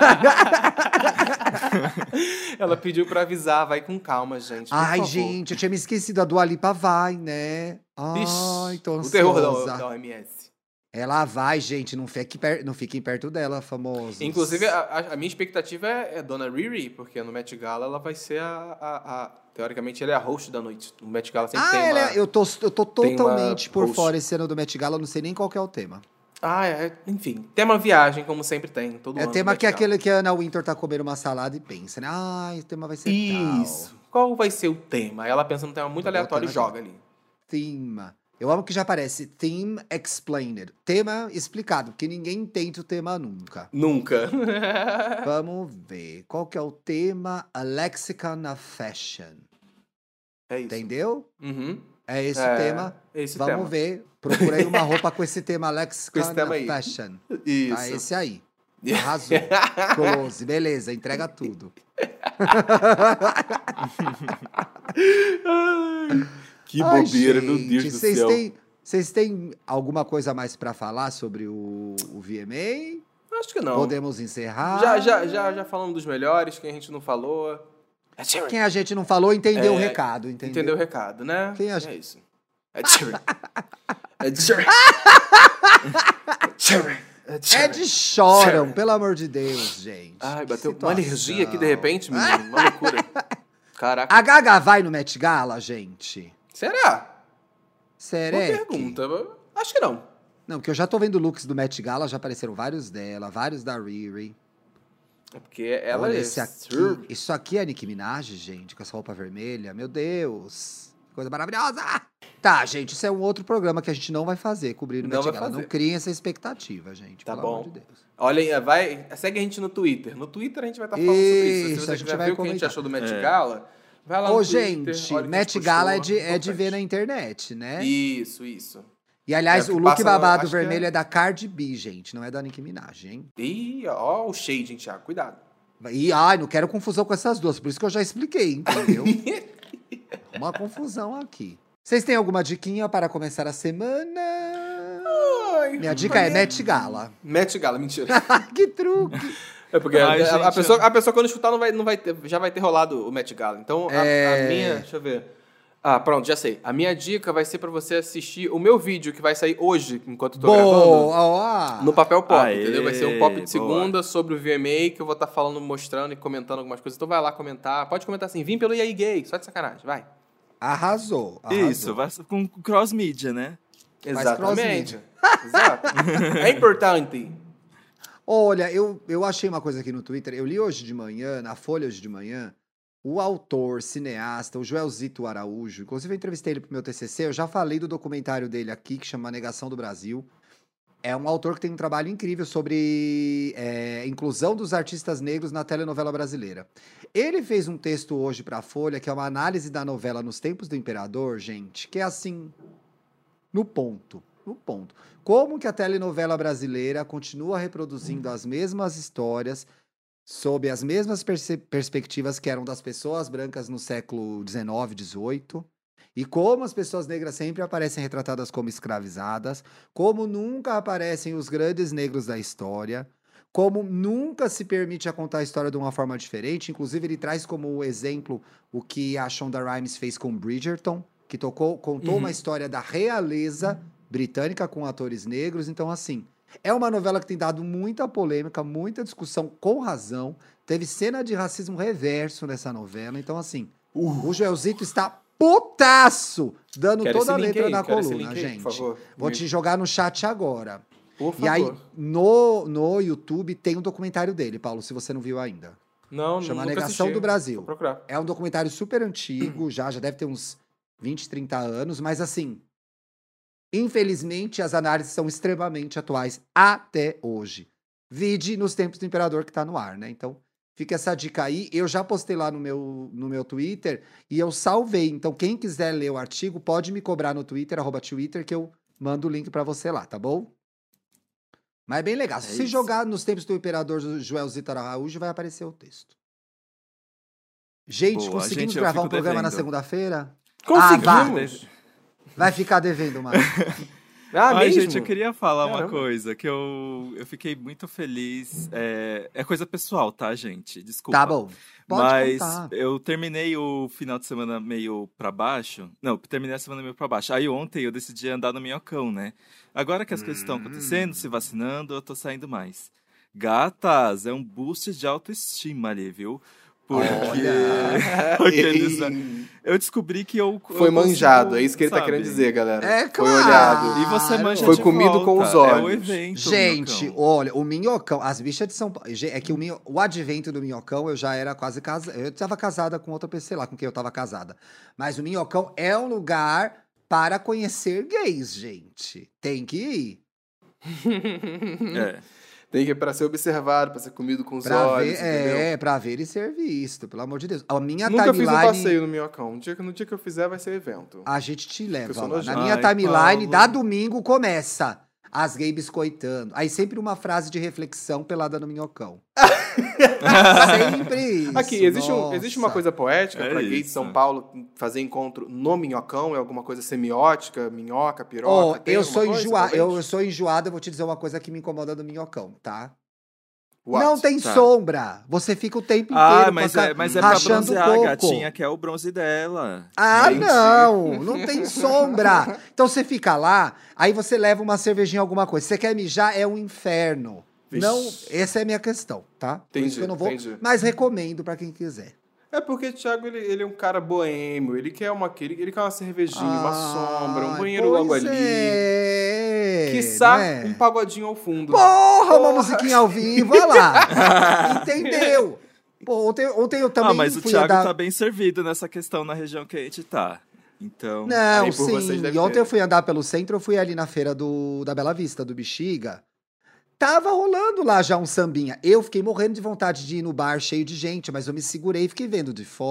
[SPEAKER 3] Ela pediu pra avisar, vai com calma, gente. por
[SPEAKER 2] Ai,
[SPEAKER 3] favor.
[SPEAKER 2] gente, eu tinha me esquecido. A Dua Lipa vai, né?
[SPEAKER 3] Vixe,
[SPEAKER 2] Ai, tô
[SPEAKER 3] o
[SPEAKER 2] ansiosa.
[SPEAKER 3] terror da OMS.
[SPEAKER 2] Ela vai, gente. Não fiquem perto dela, famosos.
[SPEAKER 3] Inclusive, a minha expectativa é Dona Riri, porque no Met Gala ela vai ser teoricamente, ela é a host da noite. No Met Gala sempre tem uma...
[SPEAKER 2] eu tô
[SPEAKER 3] tem uma
[SPEAKER 2] totalmente por
[SPEAKER 3] host.
[SPEAKER 2] fora esse ano do Met Gala. Eu não sei nem qual que é o tema.
[SPEAKER 3] Enfim, tema viagem, como sempre tem, todo
[SPEAKER 2] É
[SPEAKER 3] ano.
[SPEAKER 2] tema
[SPEAKER 3] no
[SPEAKER 2] que é
[SPEAKER 3] Met Gala.
[SPEAKER 2] aquele que a Ana Wintour tá comendo uma salada e pensa, né? Ai, o tema vai ser
[SPEAKER 3] Isso. Qual vai ser o tema? Aí ela pensa num tema muito
[SPEAKER 2] Tô
[SPEAKER 3] aleatório e
[SPEAKER 2] botando
[SPEAKER 3] joga ali.
[SPEAKER 2] Tema. Eu amo que já aparece Theme Explained. Tema explicado, porque ninguém entende o tema nunca.
[SPEAKER 3] Nunca.
[SPEAKER 2] Vamos ver. Qual que é o tema? A Lexicon of Fashion.
[SPEAKER 3] É isso.
[SPEAKER 2] Entendeu?
[SPEAKER 3] Uhum.
[SPEAKER 2] É esse o tema.
[SPEAKER 3] Esse
[SPEAKER 2] Vamos
[SPEAKER 3] tema.
[SPEAKER 2] ver. Procurei uma roupa com esse tema Lexicon
[SPEAKER 3] Com esse tema
[SPEAKER 2] of
[SPEAKER 3] aí.
[SPEAKER 2] Fashion.
[SPEAKER 3] Isso.
[SPEAKER 2] Tá, esse aí. Arrasou. Close. Beleza, entrega tudo.
[SPEAKER 3] Que
[SPEAKER 2] Ai,
[SPEAKER 3] bobeira, meu
[SPEAKER 2] gente,
[SPEAKER 3] Deus do céu.
[SPEAKER 2] Vocês têm alguma coisa mais pra falar sobre o VMA?
[SPEAKER 3] Acho que não.
[SPEAKER 2] Podemos encerrar?
[SPEAKER 3] Já falamos dos melhores, quem a gente não falou.
[SPEAKER 2] Quem a gente não falou entendeu o recado, entendeu?
[SPEAKER 3] Entendeu o recado, né?
[SPEAKER 2] Quem
[SPEAKER 3] É isso.
[SPEAKER 2] Ed Sheeran, pelo amor de Deus, gente.
[SPEAKER 3] Ai,
[SPEAKER 2] Que
[SPEAKER 3] bateu uma
[SPEAKER 2] situação.
[SPEAKER 3] alergia aqui de repente, menino. Uma loucura. Caraca.
[SPEAKER 2] A Gaga vai no Met Gala, gente?
[SPEAKER 3] Será? Boa
[SPEAKER 2] Será?
[SPEAKER 3] pergunta. Acho que não.
[SPEAKER 2] Não, porque eu já tô vendo looks do Met Gala, já apareceram vários dela, vários da Riri.
[SPEAKER 3] É porque ela
[SPEAKER 2] Olha
[SPEAKER 3] é...
[SPEAKER 2] esse aqui. Isso aqui é a Nicki Minaj, gente, com essa roupa vermelha. Meu Deus. Coisa maravilhosa. Tá, gente, isso é um outro programa que a gente não vai fazer, cobrir no
[SPEAKER 3] Não
[SPEAKER 2] Met
[SPEAKER 3] vai
[SPEAKER 2] Gala.
[SPEAKER 3] fazer.
[SPEAKER 2] Não criem essa expectativa, gente,
[SPEAKER 3] Tá
[SPEAKER 2] pelo
[SPEAKER 3] bom.
[SPEAKER 2] amor de Deus.
[SPEAKER 3] Olha aí, segue a gente no Twitter. No Twitter a gente vai estar falando sobre isso.
[SPEAKER 2] Isso,
[SPEAKER 3] Se
[SPEAKER 2] a
[SPEAKER 3] você
[SPEAKER 2] gente
[SPEAKER 3] quiser
[SPEAKER 2] vai
[SPEAKER 3] ver o que a gente
[SPEAKER 2] comentar.
[SPEAKER 3] achou do Met Gala, vai lá no
[SPEAKER 2] Ô,
[SPEAKER 3] Twitter.
[SPEAKER 2] gente,
[SPEAKER 3] olha o que a
[SPEAKER 2] Met
[SPEAKER 3] gente
[SPEAKER 2] Gala
[SPEAKER 3] postou.
[SPEAKER 2] é de ver na
[SPEAKER 3] Importante.
[SPEAKER 2] internet, né?
[SPEAKER 3] Isso.
[SPEAKER 2] E, aliás, o look babado vermelho é da Cardi B, gente. Não é da Nicki Minaj, hein?
[SPEAKER 3] Ih, ó o shade, hein, Thiago? Cuidado.
[SPEAKER 2] E, não quero confusão com essas duas. Por isso que eu já expliquei, entendeu? Uma confusão aqui. Vocês têm alguma diquinha para começar a semana? Minha dica é Met Gala.
[SPEAKER 3] Met Gala, mentira.
[SPEAKER 2] Que truque.
[SPEAKER 3] É porque a pessoa quando escutar já vai ter rolado o Met Gala. Então, a minha... Deixa eu ver. Pronto, já sei. A minha dica vai ser pra você assistir o meu vídeo, que vai sair hoje, enquanto eu tô gravando. No Papel Pop, entendeu? Vai ser um pop de segunda sobre o VMA, que eu vou estar falando, mostrando e comentando algumas coisas. Então vai lá comentar. Pode comentar assim, vim pelo E aí Gay, só de sacanagem, vai.
[SPEAKER 2] Arrasou.
[SPEAKER 1] Isso, vai com cross-mídia, né?
[SPEAKER 3] Exatamente. Exato. É importante.
[SPEAKER 2] Olha, eu achei uma coisa aqui no Twitter. Eu li hoje de manhã, na Folha hoje de manhã, o autor, cineasta, o Joelzito Araújo. Inclusive, eu entrevistei ele pro meu TCC. Eu já falei do documentário dele aqui, que chama Negação do Brasil. É um autor que tem um trabalho incrível sobre inclusão dos artistas negros na telenovela brasileira. Ele fez um texto hoje para a Folha, que é uma análise da novela Nos Tempos do Imperador, gente, que é assim, no ponto. Como que a telenovela brasileira continua reproduzindo as mesmas histórias sob as mesmas perspectivas que eram das pessoas brancas no século XIX, XVIII, e como as pessoas negras sempre aparecem retratadas como escravizadas, como nunca aparecem os grandes negros da história, como nunca se permite a contar a história de uma forma diferente. Inclusive, ele traz como exemplo o que a Shonda Rhimes fez com Bridgerton, que contou uma história da realeza britânica com atores negros. Então, assim, é uma novela que tem dado muita polêmica, muita discussão, com razão. Teve cena de racismo reverso nessa novela. Então, assim, o Joelzito está putaço, dando toda a letra na coluna, gente. Por favor. Vou te jogar no chat agora.
[SPEAKER 3] Por favor.
[SPEAKER 2] E aí, no YouTube, tem um documentário dele, Paulo, se você não viu ainda.
[SPEAKER 3] Não,
[SPEAKER 2] chama
[SPEAKER 3] nunca
[SPEAKER 2] Negação
[SPEAKER 3] assisti.
[SPEAKER 2] do Brasil.
[SPEAKER 3] Vou procurar.
[SPEAKER 2] É um documentário super antigo, já deve ter uns 20, 30 anos, mas assim, infelizmente, as análises são extremamente atuais até hoje. Vide Nos Tempos do Imperador, que tá no ar, né? Então, fica essa dica aí. Eu já postei lá no meu Twitter e eu salvei. Então, quem quiser ler o artigo, pode me cobrar no Twitter, @Twitter, que eu mando o link pra você lá, tá bom? Mas é bem legal. Se jogar Nos Tempos do Imperador do Joelzito Araújo, vai aparecer o texto. Gente, conseguimos gravar um programa na segunda-feira?
[SPEAKER 3] Conseguimos!
[SPEAKER 2] Vai ficar devendo, mano.
[SPEAKER 1] Mesmo? Gente, eu queria falar uma coisa, que eu fiquei muito feliz. É coisa pessoal, tá, gente? Desculpa.
[SPEAKER 2] Tá bom.
[SPEAKER 1] Mas eu terminei o final de semana meio pra baixo. Não, terminei a semana meio pra baixo. Aí ontem eu decidi andar no Minhocão, né? Agora que as coisas estão acontecendo, se vacinando, eu tô saindo mais. Gatas, é um boost de autoestima ali, viu? Porque eu descobri que
[SPEAKER 3] foi manjado, é isso que ele tá querendo dizer, galera.
[SPEAKER 2] É
[SPEAKER 3] claro. Foi olhado.
[SPEAKER 1] E você manja
[SPEAKER 3] foi
[SPEAKER 1] de
[SPEAKER 3] comido
[SPEAKER 1] volta.
[SPEAKER 3] Com os olhos.
[SPEAKER 1] É o evento.
[SPEAKER 2] Gente, olha, o Minhocão, as bichas de São Paulo. É que o advento do Minhocão, eu já era quase casada. Eu estava casada com outra pessoa, sei lá, com quem eu estava casada. Mas o Minhocão é um lugar para conhecer gays, gente. Tem que ir.
[SPEAKER 3] Tem que ir pra ser observado, pra ser comido com os olhos, entendeu?
[SPEAKER 2] Pra ver e ser visto, pelo amor de Deus. A minha
[SPEAKER 3] Nunca
[SPEAKER 2] timeline...
[SPEAKER 3] fiz um passeio no Minhocão. No dia que eu fizer, vai ser evento.
[SPEAKER 2] A gente te leva lá. Na minha timeline, da domingo, começa as gays biscoitando. Aí sempre uma frase de reflexão pelada no Minhocão. Sempre isso.
[SPEAKER 3] Aqui, existe uma coisa poética pra gays de São Paulo fazer encontro no Minhocão? É alguma coisa semiótica, minhoca, piroca?
[SPEAKER 2] Eu sou enjoada, eu vou te dizer uma coisa que me incomoda do Minhocão, tá? Não tem sombra. Você fica o tempo inteiro
[SPEAKER 1] mas é pra bronzear, a gatinha quer o bronze dela.
[SPEAKER 2] Não tem sombra. Então você fica lá, aí você leva uma cervejinha, alguma coisa. Você quer mijar, é um inferno. Vixe. Não, essa é a minha questão, tá? Por isso que eu não vou, mas recomendo pra quem quiser.
[SPEAKER 3] É porque o Thiago, ele é um cara boêmio, ele quer uma cervejinha, uma sombra, um banheiro logo ali. Quiçá, um pagodinho ao fundo.
[SPEAKER 2] Porra, uma musiquinha ao vivo, olha lá. Entendeu? Pô, ontem eu também
[SPEAKER 1] mas o Thiago tá bem servido nessa questão na região que a gente tá. Então...
[SPEAKER 2] Não, sim. E ontem eu fui andar pelo centro, eu fui ali na feira da Bela Vista, do Bexiga. Tava rolando lá já um sambinha. Eu fiquei morrendo de vontade de ir no bar cheio de gente, mas eu me segurei e fiquei vendo de fora.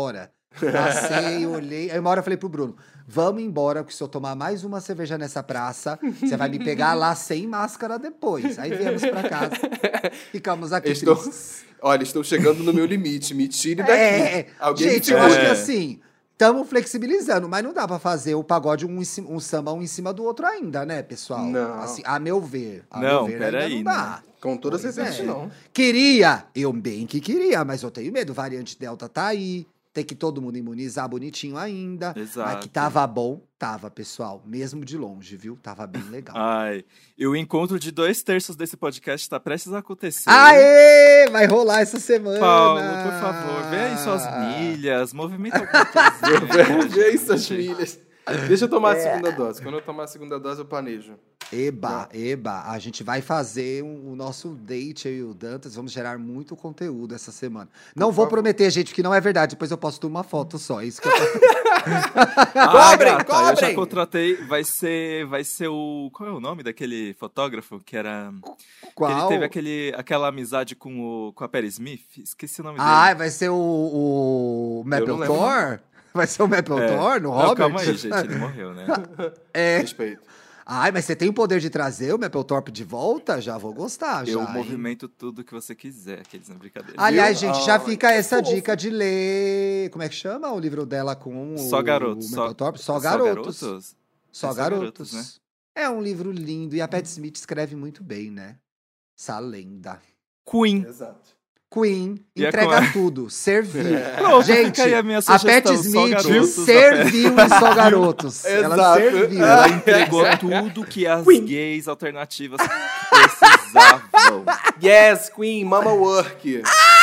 [SPEAKER 2] Passei, olhei. Aí uma hora eu falei pro Bruno, vamos embora, porque se eu tomar mais uma cerveja nessa praça, você vai me pegar lá sem máscara depois. Aí viemos pra casa, ficamos aqui tristes.
[SPEAKER 3] Olha, estou chegando no meu limite, me tire daqui.
[SPEAKER 2] Gente, eu acho que assim, estamos flexibilizando, mas não dá pra fazer o pagode um samba um em cima do outro ainda, né, pessoal?
[SPEAKER 3] Não.
[SPEAKER 2] Assim, a meu ver.
[SPEAKER 1] Peraí,
[SPEAKER 2] não dá.
[SPEAKER 3] Com toda certeza não.
[SPEAKER 2] Queria, eu bem que queria, mas eu tenho medo. Variante Delta tá aí. Tem que todo mundo imunizar bonitinho ainda.
[SPEAKER 1] Exato.
[SPEAKER 2] Mas que tava bom, tava, pessoal. Mesmo de longe, viu? Tava bem legal.
[SPEAKER 1] Ai, e o encontro de 2/3 desse podcast tá prestes a acontecer.
[SPEAKER 2] Aê! Vai rolar essa semana.
[SPEAKER 1] Paulo, por favor, vê aí suas milhas, movimenta alguma coisa.
[SPEAKER 3] Vê aí suas milhas. Deixa eu tomar a segunda dose. Quando eu tomar a segunda dose, eu planejo.
[SPEAKER 2] Eba. A gente vai fazer o nosso date aí, o Dantas. Vamos gerar muito conteúdo essa semana. Não vou prometer, gente, que não é verdade. Depois eu posto uma foto só. É isso que eu
[SPEAKER 3] Cobrem!
[SPEAKER 1] Eu já contratei. Vai ser o. Qual é o nome daquele fotógrafo que era.
[SPEAKER 2] Qual?
[SPEAKER 1] Que ele teve aquela amizade com a Perry Smith. Esqueci o nome dele.
[SPEAKER 2] Vai ser o Mapplethorpe? Vai ser o Mapplethorpe no Robert?
[SPEAKER 1] Calma aí, gente. Ele morreu, né?
[SPEAKER 3] Respeito.
[SPEAKER 2] Mas você tem o poder de trazer o Mapplethorpe de volta? Já vou gostar, já.
[SPEAKER 1] Eu movimento tudo que você quiser, aqueles na brincadeira.
[SPEAKER 2] Aliás, gente, já fica essa dica de ler... Como é que chama o livro dela com
[SPEAKER 1] Só Garotos.
[SPEAKER 2] o Mapplethorpe? Só Garotos, né? É um livro lindo e a Pat Smith escreve muito bem, né? Essa lenda.
[SPEAKER 1] Queen.
[SPEAKER 3] Exato.
[SPEAKER 2] Queen entrega tudo, serviu.
[SPEAKER 1] Pronto,
[SPEAKER 2] gente,
[SPEAKER 1] fica aí a minha
[SPEAKER 2] a
[SPEAKER 1] sugestão,
[SPEAKER 2] Pat Smith
[SPEAKER 1] Garotos,
[SPEAKER 2] serviu em Só Garotos. Ela serviu.
[SPEAKER 1] Ela entregou tudo que as gays alternativas precisavam.
[SPEAKER 3] Yes, Queen, Mama Work.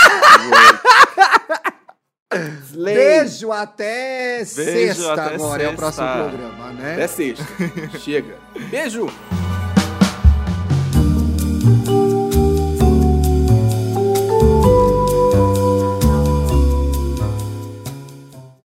[SPEAKER 2] Beijo até sexta agora, é o próximo programa, né?
[SPEAKER 3] Até sexta. Chega. Beijo.